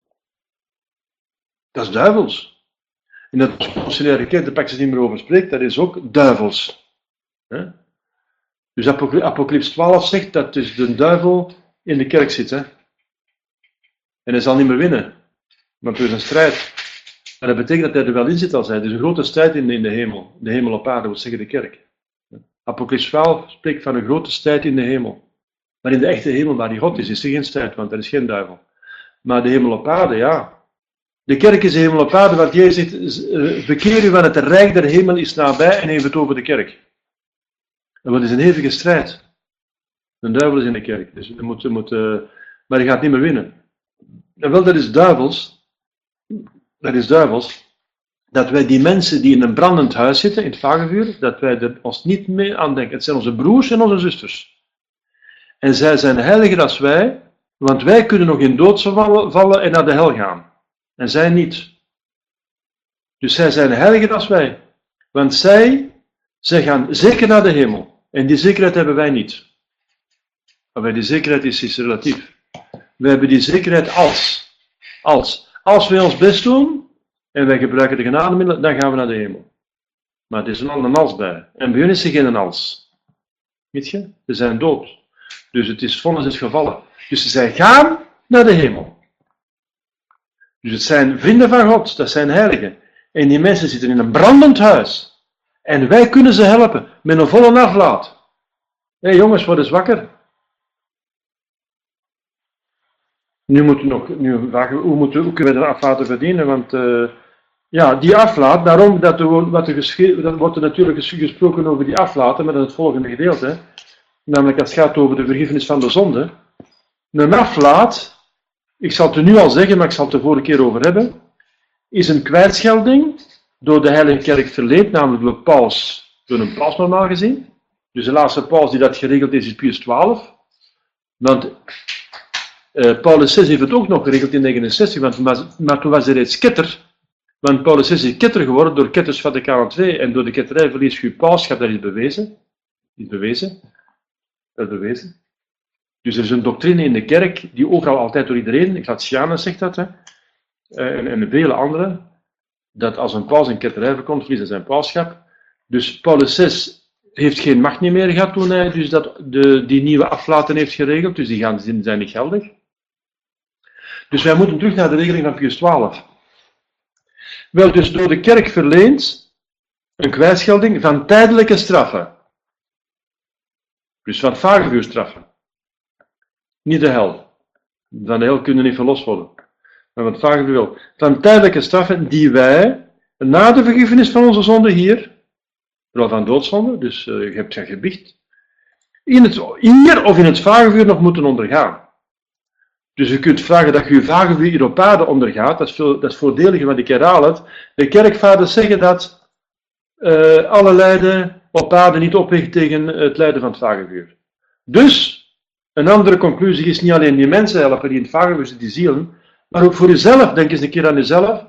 Dat is duivels. En dat de conciliaire kerk, de Pax niet meer over spreekt, dat is ook duivels. Dus Apocalypse 12 zegt dat dus de duivel in de kerk zit. Hè? En hij zal niet meer winnen. Want er is een strijd. Maar dat betekent dat hij er wel in zit als hij. Er is een grote strijd in de hemel. De hemel op aarde, wil zeggen de kerk. Apocalypse 12 spreekt van een grote strijd in de hemel. Maar in de echte hemel waar die God is er geen strijd, want er is geen duivel. Maar de hemel op aarde, ja. De kerk is de hemel op aarde, want Jezus zegt, bekeer u, want het rijk der hemel is nabij, en heeft het over de kerk. En wat is een hevige strijd. Een duivel is in de kerk, dus maar hij gaat niet meer winnen. En wel, dat is duivels. Dat is duivels. dat wij die mensen die in een brandend huis zitten, in het vagevuur, dat wij er ons niet mee aan denken. Het zijn onze broers en onze zusters. En zij zijn heiliger als wij, want wij kunnen nog in dood vallen en naar de hel gaan. En zij niet. Dus zij zijn heiliger als wij. Want zij gaan zeker naar de hemel. En die zekerheid hebben wij niet. Maar die zekerheid is relatief. We hebben die zekerheid als wij ons best doen en wij gebruiken de genademiddelen, dan gaan we naar de hemel. Maar het is een ander als bij. En bij hun is er geen als. Weet je? Ze zijn dood. Dus het is vonnis is gevallen. Dus zij gaan naar de hemel. Dus het zijn vrienden van God, dat zijn heiligen. En die mensen zitten in een brandend huis. En wij kunnen ze helpen met een volle aflaat. Hé jongens, word eens wakker. Nu vragen we, hoe kunnen we de aflaten verdienen? Want die aflaat, daarom dat wordt er natuurlijk gesproken over die aflaten, maar dat is het volgende gedeelte. Namelijk als het gaat over de vergiffenis van de zonde. Een aflaat, ik zal het er nu al zeggen, maar ik zal het er de vorige keer over hebben, is een kwijtschelding door de Heilige Kerk verleend, namelijk door een paus normaal gezien. Dus de laatste paus die dat geregeld is Pius XII. Want Paulus VI heeft het ook nog geregeld in 1969, maar toen was hij reeds ketter. Want Paulus VI is ketter geworden door ketters Vaticaan II en door de ketterij verlies je pauschap, dat is bewezen. Dat is bewezen. Dus er is een doctrine in de kerk die overal altijd door iedereen, Gratianus zegt dat, en vele anderen, dat als een paus een ketterij verkomt, verliest hij zijn pauschap. Dus Paulus VI heeft geen macht niet meer gehad toen hij dus die nieuwe aflaten heeft geregeld, dus die zijn niet geldig. Dus wij moeten terug naar de regeling van Pius XII. Wel, dus door de kerk verleend een kwijtschelding van tijdelijke straffen. Dus van vagevuurstraffen. Niet de hel. Van de hel kunnen niet verlost worden. Maar van het vagevuur wel. Van tijdelijke straffen die wij, na de vergiffenis van onze zonde hier, vooral van doodzonde, dus je hebt geen gebiecht, hier of in het vagevuur nog moeten ondergaan. Dus je kunt vragen dat je je vagevuur hier op aarde ondergaat, dat is voordelig, want ik herhaal het. De kerkvaders zeggen dat alle lijden op aarde niet opweegt tegen het lijden van het vagevuur. Dus, een andere conclusie is niet alleen die mensen helpen die in het vagevuur zitten, die zielen, maar ook voor jezelf. Denk eens een keer aan jezelf.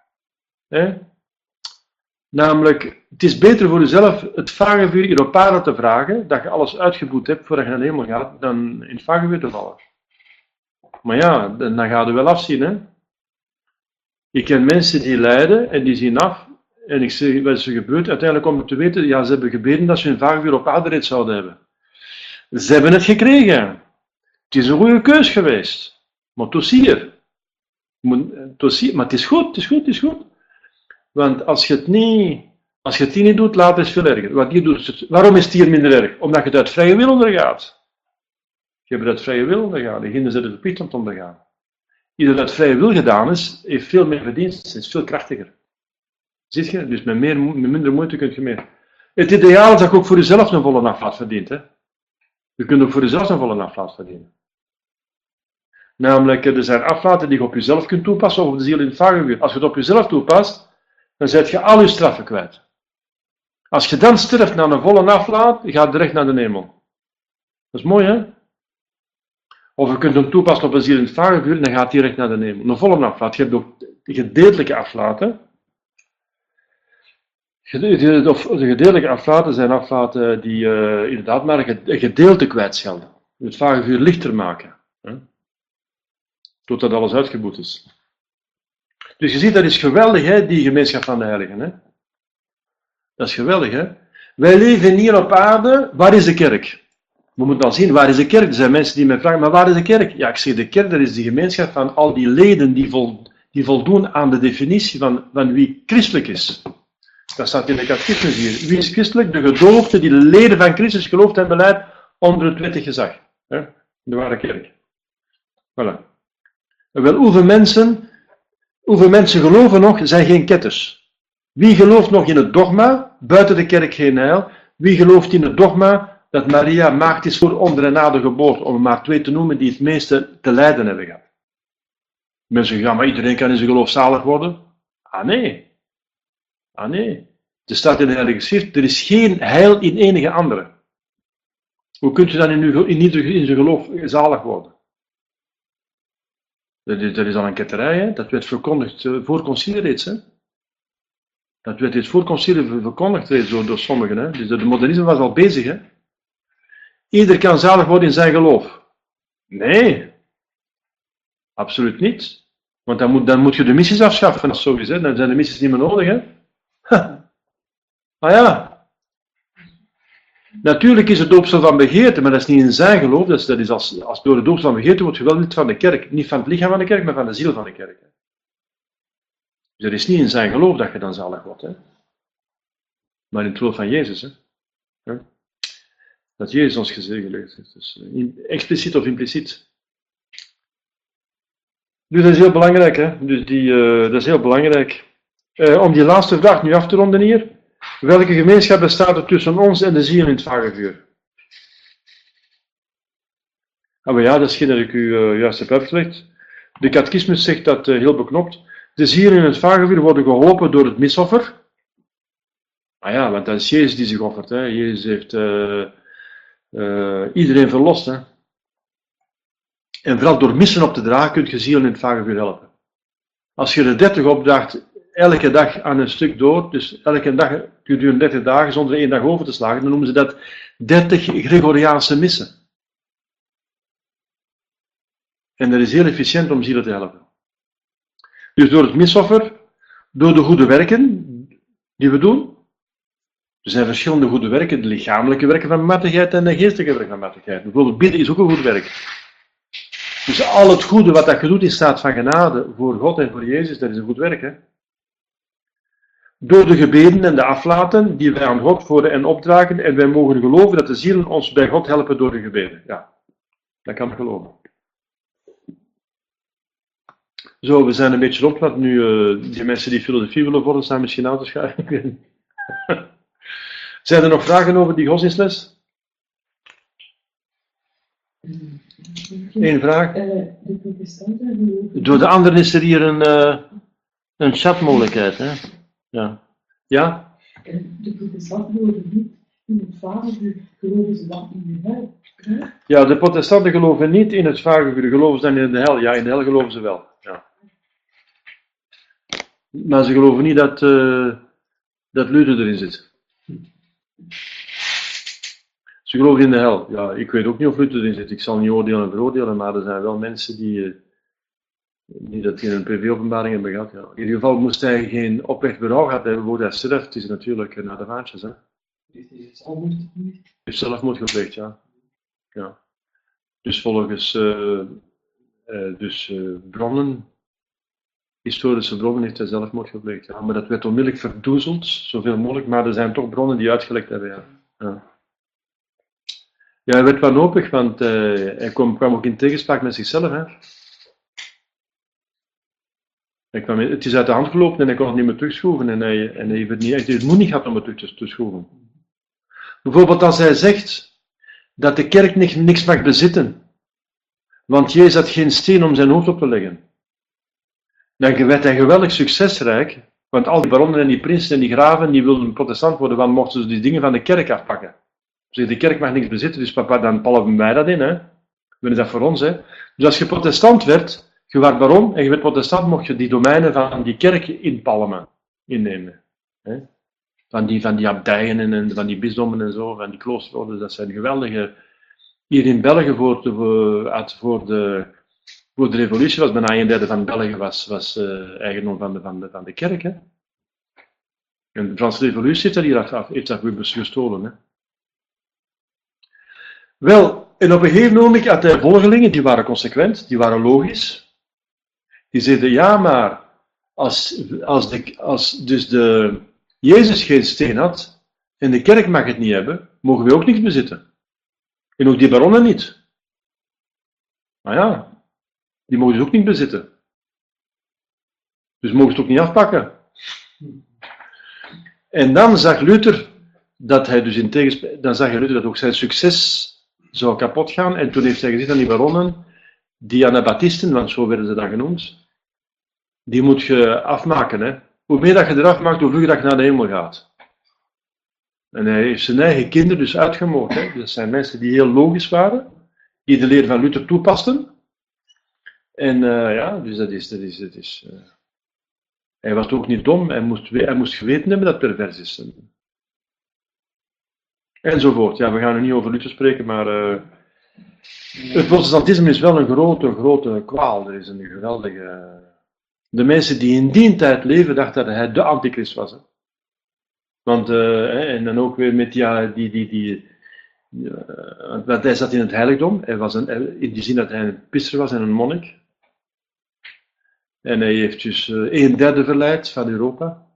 Namelijk, het is beter voor jezelf het vagevuur hier op aarde te vragen, dat je alles uitgeboet hebt voordat je naar de hemel gaat, dan in het vagevuur te vallen. Maar ja, dan gaat het wel afzien, hè. Ik ken mensen die lijden en die zien af. En ik zeg, wat is er gebeurd? Uiteindelijk om het te weten, ja, ze hebben gebeden dat ze hun vagevuur op aarde reeds zouden hebben. Ze hebben het gekregen. Het is een goede keus geweest. Maar tot hier. Maar het is goed. Want als je het hier niet doet, later is het veel erger. Wat hier doet, waarom is het hier minder erg? Omdat je het uit vrije wil ondergaat. Je hebt het uit vrije wil ondergaan. Degene zet het verplicht om te ondergaan. Ieder dat uit vrije wil gedaan is, heeft veel meer verdiensten, is veel krachtiger. Ziet je? Dus met minder moeite kun je meer. Het ideaal is dat je ook voor jezelf een volle aflaat verdient. Hè? Je kunt ook voor jezelf een volle aflaat verdienen. Namelijk, er zijn aflaten die je op jezelf kunt toepassen of op de ziel in het vagevuur. Als je het op jezelf toepast, dan zet je al je straffen kwijt. Als je dan sterft naar een volle aflaat, ga je direct naar de hemel. Dat is mooi, hè? Of je kunt hem toepassen op een ziel in het vagevuur, dan gaat hij direct naar de hemel. Een volle aflaat. Je hebt ook de gedeeltelijke aflaten. De gedeeltelijke aflaten zijn aflaten die inderdaad maar een gedeelte kwijtschelden. Het vagevuur lichter maken. Hè? Totdat alles uitgeboet is. Dus je ziet, dat is geweldig, hè, die gemeenschap van de heiligen. Hè? Dat is geweldig, hè. Wij leven hier op aarde, waar is de kerk? We moeten dan zien, waar is de kerk? Er zijn mensen die mij vragen, maar waar is de kerk? Ja, ik zeg, de kerk, dat is de gemeenschap van al die leden die voldoen aan de definitie van wie christelijk is. Dat staat in de catechismus hier. Wie is christelijk? De gedoopten die de leden van Christus gelooft en beleid onder het wettig gezag. Hè? De ware kerk. Voilà. En wel, hoeveel mensen geloven nog, zijn geen ketters. Wie gelooft nog in het dogma, buiten de kerk geen heil? Wie gelooft in het dogma dat Maria maagd is voor onder en na de geboorte, om er maar 2 te noemen die het meeste te lijden hebben gehad? Mensen zeggen, ja, maar iedereen kan in zijn geloof zalig worden. Ah nee. Ah nee, er staat in de Heilige Schrift, er is geen heil in enige andere. Hoe kunt u dan in zijn geloof zalig worden? Dat is al een ketterij, hè? Dat werd verkondigd voor concilie reeds. Hè? Dat werd eens voor concilie verkondigd reeds door sommigen. Hè? Dus de modernisme was al bezig. Hè? Ieder kan zalig worden in zijn geloof. Nee, absoluut niet. Want dan moet je de missies afschaffen als zo is. Hè? Dan zijn de missies niet meer nodig. Hè? Ah ja. Natuurlijk is het doopsel van begeerte, maar dat is niet in zijn geloof. Dat is als door de doopsel van begeerte wordt je wel lid van de kerk. Niet van het lichaam van de kerk, maar van de ziel van de kerk. Hè? Dus dat is niet in zijn geloof dat je dan zalig wordt. Hè? Maar in het geloof van Jezus. Hè? Ja? Dat Jezus ons gezegend heeft. Dus expliciet of impliciet. Dus dat is heel belangrijk. Hè? Dus dat is heel belangrijk. Om die laatste vraag nu af te ronden hier. Welke gemeenschap bestaat er tussen ons en de ziel in het vagevuur? Maar ja, dat is geen dat ik u juist heb uitgelegd. De catechismus zegt dat heel beknopt. De zielen in het vagevuur worden geholpen door het misoffer. Ah ja, want dat is Jezus die zich offert. Hè. Jezus heeft iedereen verlost. Hè. En vooral door missen op te dragen kun je zielen in het vagevuur helpen. Als je er 30 opdraagt, elke dag aan een stuk door, dus elke dag gedurende 30 dagen zonder 1 dag over te slagen, dan noemen ze dat 30 Gregoriaanse missen. En dat is heel efficiënt om zielen te helpen. Dus door het misoffer, door de goede werken die we doen. Er zijn verschillende goede werken, de lichamelijke werken van barmhartigheid en de geestelijke werken van barmhartigheid. Bijvoorbeeld bidden is ook een goed werk. Dus al het goede wat dat je doet in staat van genade voor God en voor Jezus, dat is een goed werk. Hè? Door de gebeden en de aflaten die wij aan God voor en opdragen, en wij mogen geloven dat de zielen ons bij God helpen door de gebeden. Ja, dat kan ik geloven. Zo, we zijn een beetje rond, want nu die mensen die filosofie willen worden, staan misschien aan te schuiven. Zijn er nog vragen over die godsdienstles? Eén vraag. De protestanten. Door de anderen is er hier een chatmogelijkheid. Hè? Ja. Ja? De protestanten geloven niet in het vagevuur, geloven ze dan in de hel? Hè? Ja, de protestanten geloven niet in het vagevuur, geloven ze dan in de hel. Ja, in de hel geloven ze wel. Ja. Maar ze geloven niet dat Luther erin zit. Ze geloven in de hel. Ja, ik weet ook niet of Luther erin zit. Ik zal niet oordelen en veroordelen, maar er zijn wel mensen die dat in een privéopenbaring hebben gehad. Ja. In ieder geval moest hij geen oprecht berouw gehad hebben voor hij sterft. Het is natuurlijk naar de vaantjes. Hè. Heeft hij het zelfmoord gepleegd? Hij heeft zelfmoord gepleegd, ja. Ja. Dus volgens bronnen, historische bronnen, heeft hij zelfmoord gepleegd. Ja. Maar dat werd onmiddellijk verdoezeld, zoveel mogelijk. Maar er zijn toch bronnen die uitgelekt hebben, ja. Ja. Ja, hij werd wanhopig, want hij kwam ook in tegenspraak met zichzelf. Hè. Het is uit de hand gelopen en hij kon het niet meer terugschroeven. En hij heeft het moed niet gehad om het terug te schroeven. Bijvoorbeeld als hij zegt dat de kerk niks mag bezitten. Want Jezus had geen steen om zijn hoofd op te leggen. Dan werd hij geweldig succesrijk. Want al die baronnen en die prinsen en die graven, die wilden protestant worden, want mochten ze die dingen van de kerk afpakken. Dus de kerk mag niks bezitten, dus papa, dan pallen wij dat in. Hè. Dan is dat voor ons. Hè. Dus als je protestant werd, je werd baron en je werd protestant, mocht je die domeinen van die kerk innemen. Hè. Van die abdijen en van die bisdommen en zo, van die kloosterorders, dat zijn geweldige. Hier in België voor de revolutie was bijna 1/3 van België was eigendom van de kerk. Hè. En de Franse revolutie heeft dat gestolen. Hè. Wel, en op een gegeven moment had hij volgelingen, die waren consequent, die waren logisch. Die zeiden, ja, maar als Jezus geen steen had, en de kerk mag het niet hebben, mogen we ook niks bezitten. En ook die baronnen niet. Maar ja, die mogen dus ook niet bezitten. Dus mogen ze het ook niet afpakken. En dan zag Luther dat hij dus dan zag Luther dat ook zijn succes zou kapot gaan. En toen heeft hij gezegd aan die baronnen, die Anabaptisten, want zo werden ze dan genoemd, die moet je afmaken. Hè. hoe meer dat je eraf maakt, hoe vlugger dat je naar de hemel gaat. En hij heeft zijn eigen kinderen dus uitgemoord. Hè. Dat zijn mensen die heel logisch waren, die de leer van Luther toepasten. En ja, dus dat is hij was ook niet dom, hij moest geweten hebben dat het pervers is. Enzovoort. Ja, we gaan er niet over Luther spreken, maar het protestantisme is wel een grote kwaal. Er is een geweldige... De mensen die in die tijd leven, dachten dat hij de antichrist was. Hè. Want, en dan ook weer met want hij zat in het heiligdom, hij was in die zin dat hij een priester was en een monnik. En hij heeft dus 1/3 verleid van Europa.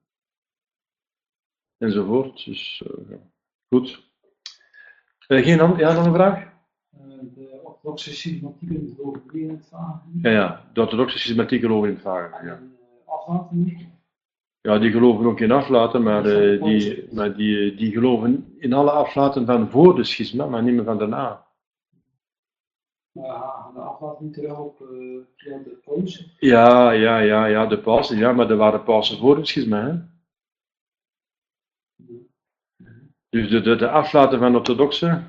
Enzovoort. Dus, goed. Geen andere vraag? De orthodoxe systematieken geloven weer in het vagen. Ja, de orthodoxe systematiek geloven in het vagen. Ja. Aflaten niet. Ja, die geloven ook in aflaten, maar die geloven in alle aflaten van voor de schisma, maar niet meer van daarna. Ja, de aflaten terug op de paus. Ja, de pausen, ja, maar er waren pausen voor het schisma, hè. Dus de aflaten van de orthodoxen,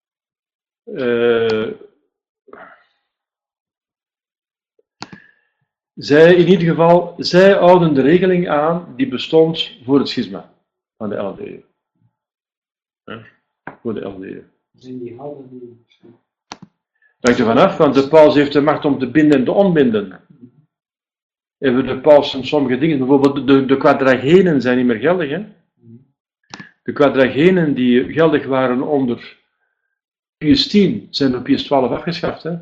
in ieder geval, zij houden de regeling aan die bestond voor het schisma van de 11e eeuw. Ja, voor de 11e eeuw. Zijn die houden die... Dank er vanaf, want de paus heeft de macht om te binden en te ontbinden. Hebben de paus sommige dingen, bijvoorbeeld de quadragenen zijn niet meer geldig, hè? De quadragenen die geldig waren onder Pius X zijn door Pius XII afgeschaft, hè?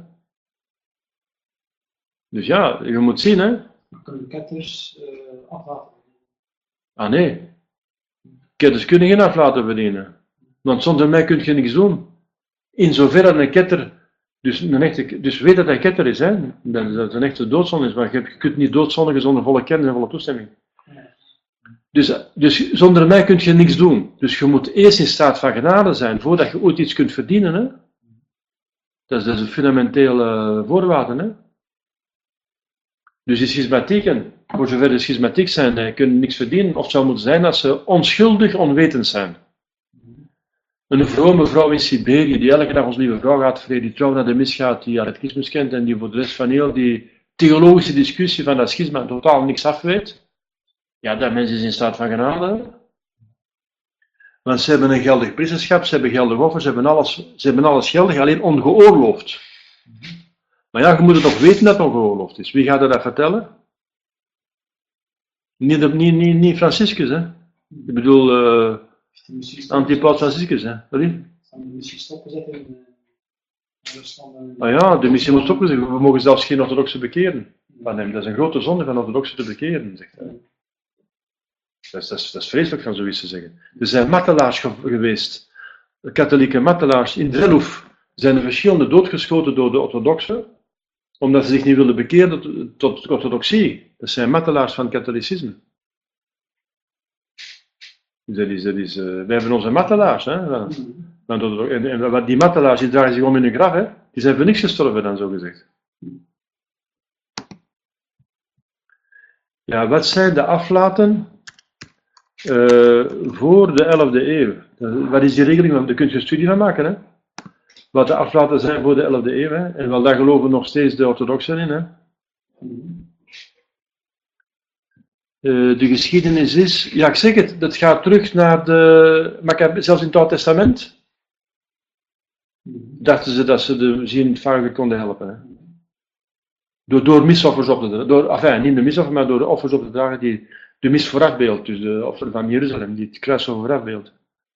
Dus ja, je moet zien, hè? Kunnen ketters aflaten? Ah nee, ketters kunnen geen aflaten verdienen, want zonder mij kun je niks doen. In zoverre een ketter, dus weet dat hij ketter is, hè? Dat het een echte doodzonde is, maar je kunt niet doodzondigen zonder volle kennis en volle toestemming. Dus zonder mij kun je niks doen. Dus je moet eerst in staat van genade zijn, voordat je ooit iets kunt verdienen, hè? Dat is een fundamentele voorwaarde, hè? Dus die schismatieken, voor zover de schismatiek zijn, kunnen niks verdienen, of het zou moeten zijn dat ze onschuldig onwetend zijn. Een vrome vrouw in Siberië, die elke dag ons lieve vrouw gaat vreden, die trouw naar de mis gaat, die atheïsme kent en die voor de rest van heel die theologische discussie van dat schisma totaal niks afweet. Ja, dat mens is in staat van genade. Want ze hebben een geldig priesterschap, ze hebben geldig offers, ze hebben alles geldig, alleen ongeoorloofd. Maar ja, je moet het toch weten dat het ongeoorloofd is. Wie gaat er dat vertellen? Niet Franciscus, hè? Ik bedoel, Antipaus Franciscus, hè? Sorry? De missie stopzetten. Ah ja, de missie moet stopzetten. We mogen zelfs geen orthodoxe bekeren van hem. Dat is een grote zonde van orthodoxe te bekeren, zegt hij. Dat is vreselijk van zoiets te zeggen. Er zijn martelaars geweest, katholieke martelaars in Dreluf zijn er verschillende doodgeschoten door de orthodoxen, omdat ze zich niet wilden bekeren tot orthodoxie. Dat zijn martelaars van het katholicisme. Dus wij hebben onze martelaars, hè. En die martelaars die dragen zich om in hun graf, hè. Die zijn voor niks gestorven dan, zo gezegd. Ja, wat zijn de aflaten voor de 11e eeuw? Wat is die regeling? Daar kun je een studie van maken, hè? Wat de aflaten zijn voor de 11e eeuw, hè? En wel, daar geloven nog steeds de orthodoxen in, hè? De geschiedenis is, ja, ik zeg het, dat gaat terug naar maar zelfs in het Oude Testament dachten ze dat ze de zienvaardigen konden helpen, hè? Door misoffers op te dragen, enfin, niet de misoffers, maar door de offers op te dragen die de mis voorafbeeldt, dus de offer van Jeruzalem, die het kruis voorafbeeldt.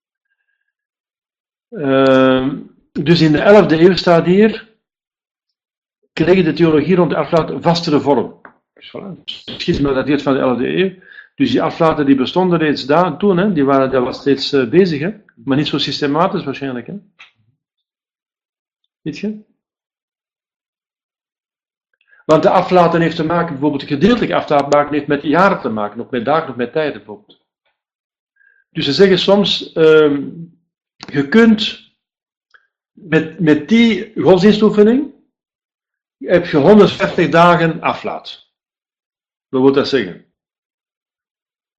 Dus in de 11e eeuw staat hier, kreeg de theologie rond de aflaten een vastere vorm. Dus voilà, het schisma dateert van de 11e eeuw. Dus die aflaten die bestonden reeds toen, hè, dat was steeds bezig, hè, maar niet zo systematisch waarschijnlijk. Hè. Weet je? Want de aflaten heeft te maken, bijvoorbeeld gedeeltelijk aflaten heeft met jaren te maken, of met dagen of met tijden bijvoorbeeld. Dus ze zeggen soms, je kunt met die godsdienstoefening, heb je 150 dagen aflaat. Wat wil dat zeggen?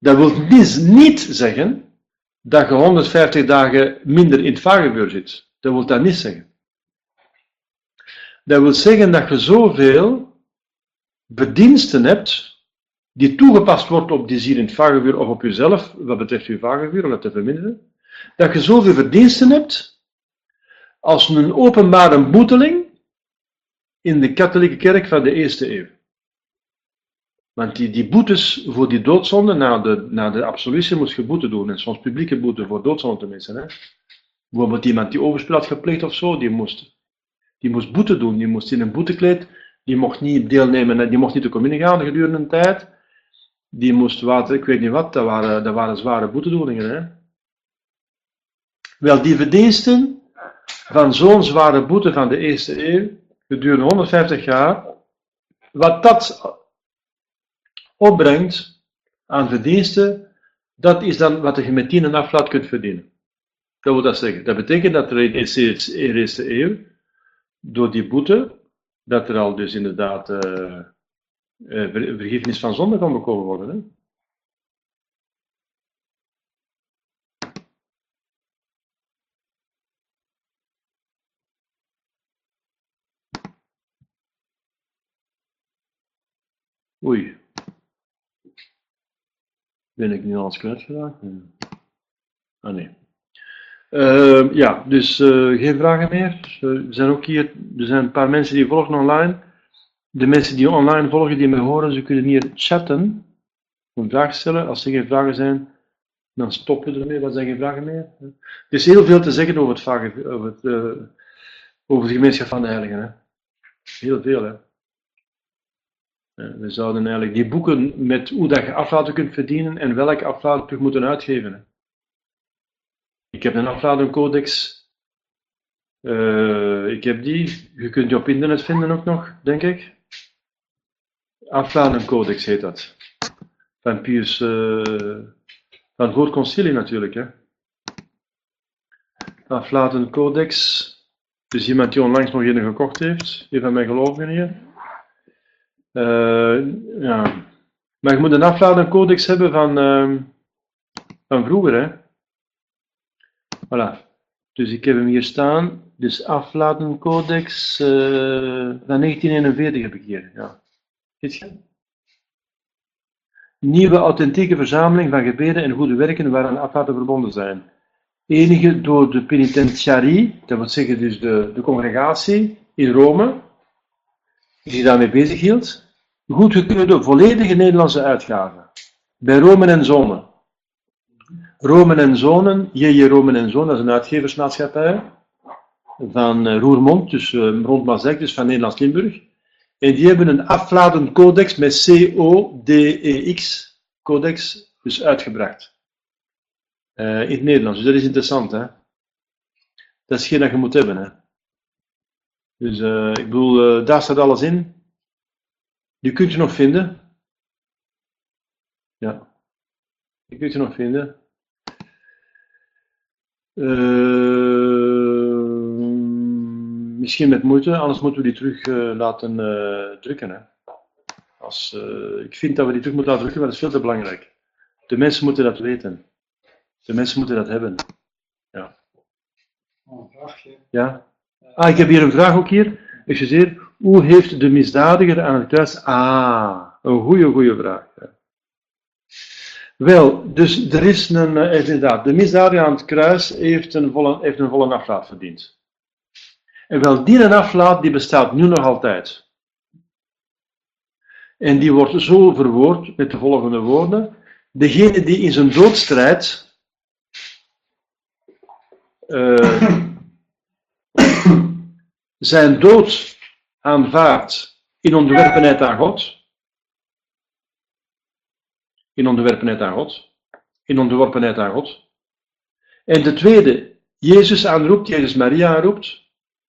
Dat wil niet zeggen dat je 150 dagen minder in het vagebeur zit. Dat wil dat niet zeggen. Dat wil zeggen dat je zoveel verdiensten hebt die toegepast wordt op die ziel in het vagebeur of op jezelf, wat betreft je vagebeur, om dat te verminderen, dat je zoveel verdiensten hebt als een openbare boeteling in de katholieke kerk van de eerste eeuw. Want die boetes voor die doodzonde, na de absolutie moest je boete doen, en soms publieke boete voor doodzonde tenminste. Hè. Bijvoorbeeld iemand die overspel had gepleegd of zo, die moest boete doen, die moest in een boetekleed, die mocht niet deelnemen, die mocht niet de communie gaan gedurende een tijd, die moest water, ik weet niet wat, dat waren zware boetedoeningen. Hè. Wel, die verdiensten van zo'n zware boete van de eerste eeuw, gedurende 150 jaar, wat dat opbrengt aan verdiensten, dat is dan wat je met 10 en aflaat kunt verdienen. Dat wil dat zeggen. Dat betekent dat er in de eerste eeuw, door die boete, dat er al dus inderdaad vergiffenis van zonde kan bekomen worden. Hè? Oei. Ben ik nu alles kwijtgeraakt? Ah nee. Ja, dus geen vragen meer. Er zijn ook hier, er zijn een paar mensen die volgen online. De mensen die online volgen, die me horen, ze kunnen hier chatten, een vraag stellen. Als er geen vragen zijn, dan stoppen we ermee. Wat zijn geen vragen meer? Er is heel veel te zeggen over de gemeenschap van de heiligen. Hè? Heel veel, hè. We zouden eigenlijk die boeken met hoe dat je aflaten kunt verdienen en welke aflaten terug moeten uitgeven. Hè. Ik heb een afladencodex. Ik heb die. Je kunt die op internet vinden ook nog, denk ik. Afladencodex heet dat. Van Pius, van het Groot Concilie natuurlijk. Hè. Afladencodex. Dus iemand die onlangs nog een gekocht heeft. Een van mijn gelovigen hier. Ja. Maar je moet een afladencodex hebben van vroeger, hè. Voilà. Dus ik heb hem hier staan. Dus afladencodex van 1941 heb ik hier. Ja. Ziet je? Nieuwe authentieke verzameling van gebeden en goede werken waaraan aflaten verbonden zijn. Enige door de penitentiarie, dat wil zeggen dus de congregatie in Rome, die daarmee bezig hield, goedgekeurde volledige Nederlandse uitgaven. Bij Romen en Zonen. Romen en Zonen, J.J. Romen en Zonen, dat is een uitgeversmaatschappij van Roermond, dus rond Mazek, dus van Nederlands-Limburg. En die hebben een afladencodex met C-O-D-E-X, codex, dus uitgebracht. In het Nederlands, dus dat is interessant, hè. Dat is geen dat je moet hebben, hè. Dus ik bedoel, daar staat alles in. Die kunt je nog vinden. Ja. Die kunt je nog vinden. Misschien met moeite, anders moeten we die terug laten drukken. Hè. Ik vind dat we die terug moeten laten drukken, maar dat is veel te belangrijk. De mensen moeten dat weten. De mensen moeten dat hebben. Ja. Een vraagje. Ja. Ik heb hier een vraag ook hier. Excuseer. Hoe heeft de misdadiger aan het kruis... een goede vraag. Ja. Wel, dus er is inderdaad, de misdadiger aan het kruis heeft een volle aflaat verdiend. En wel, die aflaat die bestaat nu nog altijd. En die wordt zo verwoord met de volgende woorden. Degene die in zijn doodstrijd zijn dood aanvaardt in onderwerpenheid aan God. In onderwerpenheid aan God. In onderworpenheid aan God. En de tweede, Jezus aanroept, Jezus Maria aanroept,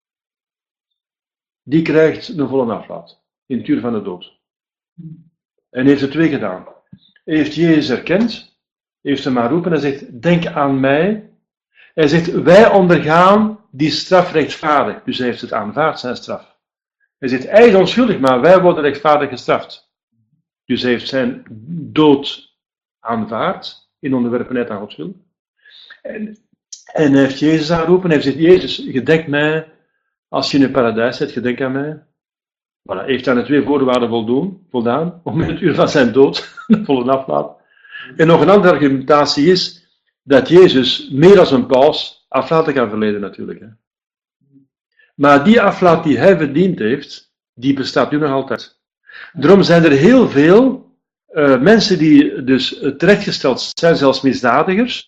die krijgt een volle aflaat. In het uur van de dood. En heeft er twee gedaan. Hij heeft Jezus erkend, heeft hem aanroepen en zegt, denk aan mij. Hij zegt, wij ondergaan die straf rechtvaardig. Dus hij heeft het aanvaard, zijn straf. Hij zegt, hij is onschuldig, maar wij worden rechtvaardig gestraft. Dus hij heeft zijn dood aanvaard, in onderwerpenheid aan Gods wil. En hij heeft Jezus aangeroepen, hij heeft gezegd, Jezus, gedenk mij, als je in het paradijs zit, gedenk aan mij. Voilà, hij heeft aan de 2 voorwaarden voldaan, om in het uur van zijn dood, de volle aflaat. En nog een andere argumentatie is, dat Jezus, meer dan een paus, aflaten kan verleden natuurlijk. Hè. Maar die aflaat die hij verdiend heeft, die bestaat nu nog altijd. Daarom zijn er heel veel mensen die dus terechtgesteld zijn, zelfs misdadigers,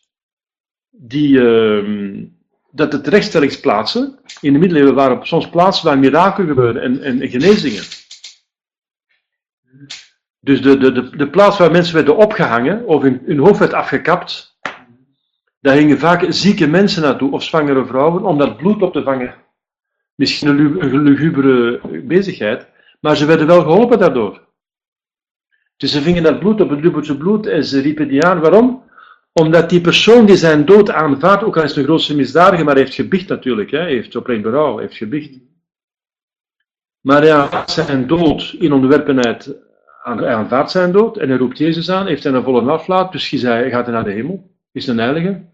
dat de terechtstellingsplaatsen in de middeleeuwen waren soms plaatsen waar mirakelen gebeuren en genezingen. Dus de plaats waar mensen werden opgehangen, of hun hoofd werd afgekapt, daar gingen vaak zieke mensen naartoe, of zwangere vrouwen, om dat bloed op te vangen. Misschien een lugubere bezigheid, maar ze werden wel geholpen daardoor. Dus ze vingen dat bloed op het dubbeltje bloed en ze riepen die aan. Waarom? Omdat die persoon die zijn dood aanvaardt, ook al is het een grootste misdadiger, maar hij heeft gebiecht natuurlijk, hè? Hij heeft oprecht berouw, heeft gebiecht. Maar hij aanvaardt zijn dood in onderwerpenheid, hij aanvaardt zijn dood en hij roept Jezus aan, heeft hij een volle aflaat, dus hij gaat naar de hemel, is een heilige.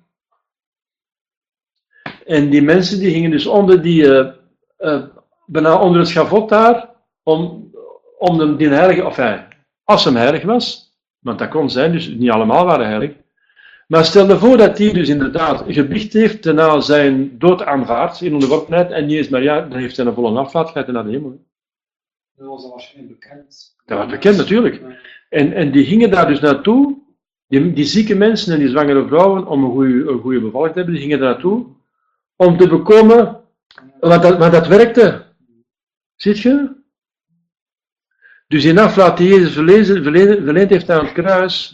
En die mensen die gingen dus bijna onder het schavot daar, om die heilige, of als hem heilig was, want dat kon zijn, dus niet allemaal waren heilig. Maar stel je voor dat hij dus inderdaad gebiecht heeft, daarna zijn dood aanvaardt in onderworpenheid, en Jezus Maria, dan heeft hij een volle aflaat, gaat hij naar de hemel. Dat was dan waarschijnlijk bekend. Dat was bekend natuurlijk. En die gingen daar dus naartoe, die zieke mensen en die zwangere vrouwen, om een goede bevalling te hebben, die gingen daar naartoe, om te bekomen, maar dat werkte. Ziet je? Dus die aflaat die Jezus verleend heeft aan het kruis,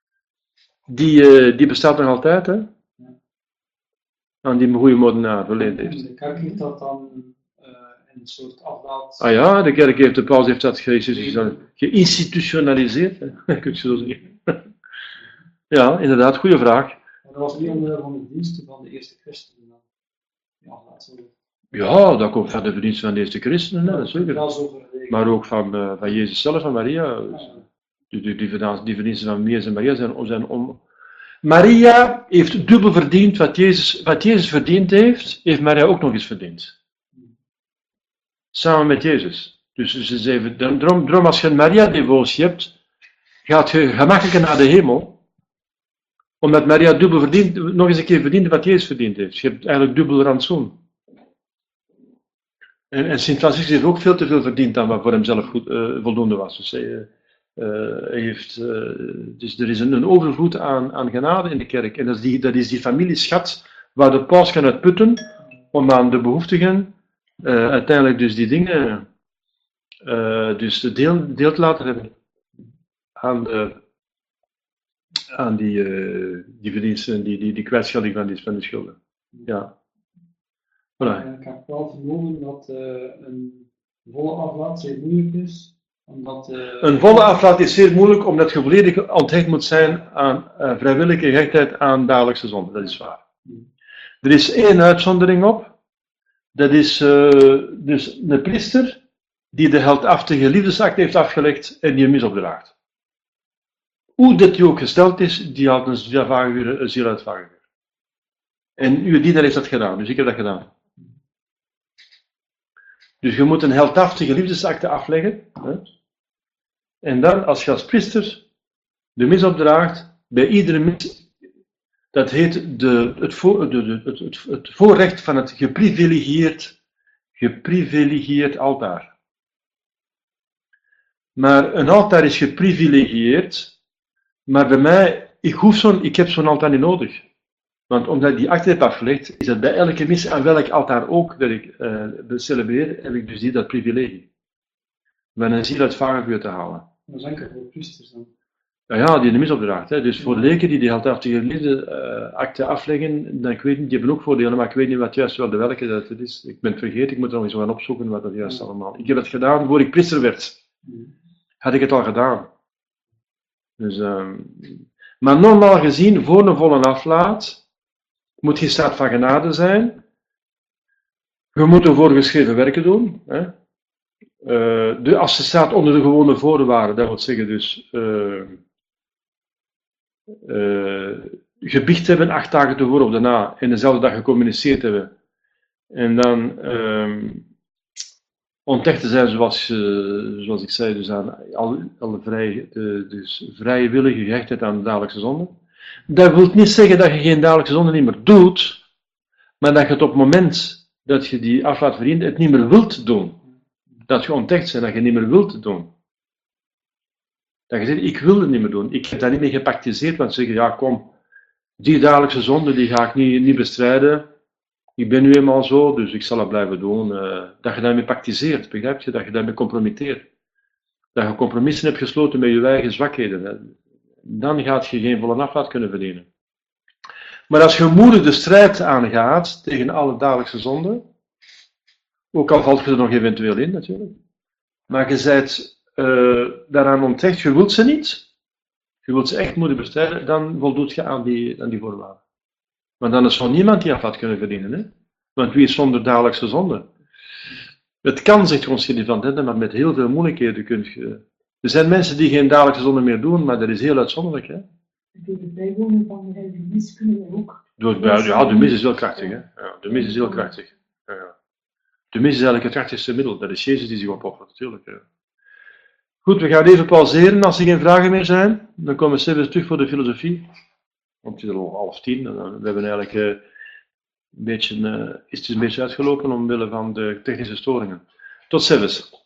die bestaat nog altijd, hè? Aan die goede moordenaar verleend heeft. De kerk heeft dat dan in een soort aflaat. Ah ja, de paus heeft dat geïnstitutionaliseerd, hè? Kun je zo zeggen. Ja, inderdaad, goede vraag. Maar dat was niet onderdeel van de diensten van de eerste christenen dan. Ja, ja, dat komt van de verdiensten van de eerste christenen, hè, dat zeker. Maar ook van Jezus zelf, van Maria. Die verdiensten van Jezus en Maria zijn Maria heeft dubbel verdiend wat Jezus verdiend heeft Maria ook nog eens verdiend. Samen met Jezus. Dus daarom als je een Maria-devotie hebt, gaat je gemakkelijker naar de hemel. Omdat Maria dubbel verdient, nog eens een keer verdient wat Jezus verdiend heeft. Je hebt eigenlijk dubbel rantsoen. En Sint Franciscus heeft ook veel te veel verdiend dan wat voor hem zelf voldoende was. Dus dus er is een overvloed aan genade in de kerk. En dat is die familieschat waar de paus kan uitputten om aan de behoeftigen uiteindelijk dus die dingen dus deel te laten hebben aan die verdiensten, die kwijtschelding van die schulden. Ja. Voilà. Ik heb wel vernomen dat een volle aflaat zeer moeilijk is. Een volle aflaat is zeer moeilijk omdat je volledig onthecht moet zijn aan vrijwillige gehechtheid aan dagelijkse zonde. Dat is waar. Er is één uitzondering op. Dat is dus een priester die de heldhaftige liefdesakte heeft afgelegd en die een mis opdraagt. Hoe dat die ook gesteld is, die haalt een ziel uit vagevuur. En uw dienaar heeft dat gedaan, dus ik heb dat gedaan. Dus je moet een heldhaftige liefdesakte afleggen. Hè? En dan, als je als priester de mis opdraagt, bij iedere mis, dat heet het voorrecht van het geprivilegieerd altaar. Maar een altaar is geprivilegieerd, maar bij mij, ik heb zo'n altaar niet nodig. Want omdat ik die akte heb afgelegd, is dat bij elke mis aan welk altaar ook dat ik celebreer, heb ik dus dat privilegie. Van een ziel uit vagevuur te halen. Dat is enkel voor priesters dan. Ja, die de mis opdraagt. Hè. Dus voor leken die heldhaftige liefde-akte afleggen, dan, ik weet niet, die hebben ook voordelen, maar ik weet niet wat juist wel de welke dat het is. Ik ben het vergeten, ik moet er nog eens gaan opzoeken wat dat juist allemaal. Ik heb het gedaan voor ik priester werd. Had ik het al gedaan. Dus, maar normaal gezien, voor een volle aflaat, moet je in staat van genade zijn. Je moet de voorgeschreven werken doen. Hè. Als je staat onder de gewone voorwaarden, dat wil zeggen dus gebiecht hebben 8 dagen tevoren of daarna en dezelfde dag gecommuniceerd hebben en dan ontecht te zijn zoals ik zei, dus aan alle vrijwillige gehechtheid aan de dagelijkse zonde. Dat wil niet zeggen dat je geen dagelijkse zonde niet meer doet, maar dat je het op het moment dat je die aflaat verdient, het niet meer wilt doen. Dat je ontecht bent, dat je het niet meer wilt doen. Dat je zegt, ik wil het niet meer doen. Ik heb daar niet mee gepraktiseerd, want zeggen, ja kom, die dagelijkse zonde die ga ik niet bestrijden. Ik ben nu eenmaal zo, dus ik zal het blijven doen. Dat je daarmee praktiseert, begrijp je? Dat je daarmee compromitteert. Dat je compromissen hebt gesloten met je eigen zwakheden. Dan gaat je geen volle aflaat kunnen verdienen. Maar als je moedig de strijd aangaat tegen alle dagelijkse zonden, ook al valt je er nog eventueel in natuurlijk, maar je bent daaraan ontecht, je wilt ze niet, je wilt ze echt moedig bestrijden, dan voldoet je aan die voorwaarden. Maar dan is er niemand die aflaat kunnen verdienen. Hè? Want wie is zonder dagelijkse zonde? Het kan, zegt ons Gilles van Dende, maar met heel veel moeilijkheden kun je... Er zijn mensen die geen dagelijkse zonde meer doen, maar dat is heel uitzonderlijk. Hè? Door de bijwoning van de heilige mis kunnen we ook... Ja, de mis is heel krachtig. Hè? Ja, de mis is heel krachtig. Ja. De mis is eigenlijk het krachtigste middel. Dat is Jezus die zich opoffert, natuurlijk. Ja. Goed, we gaan even pauzeren. Als er geen vragen meer zijn, dan komen we even terug voor de filosofie. Want het is al 9:30. We hebben eigenlijk is het een beetje uitgelopen omwille van de technische storingen. Tot ziens.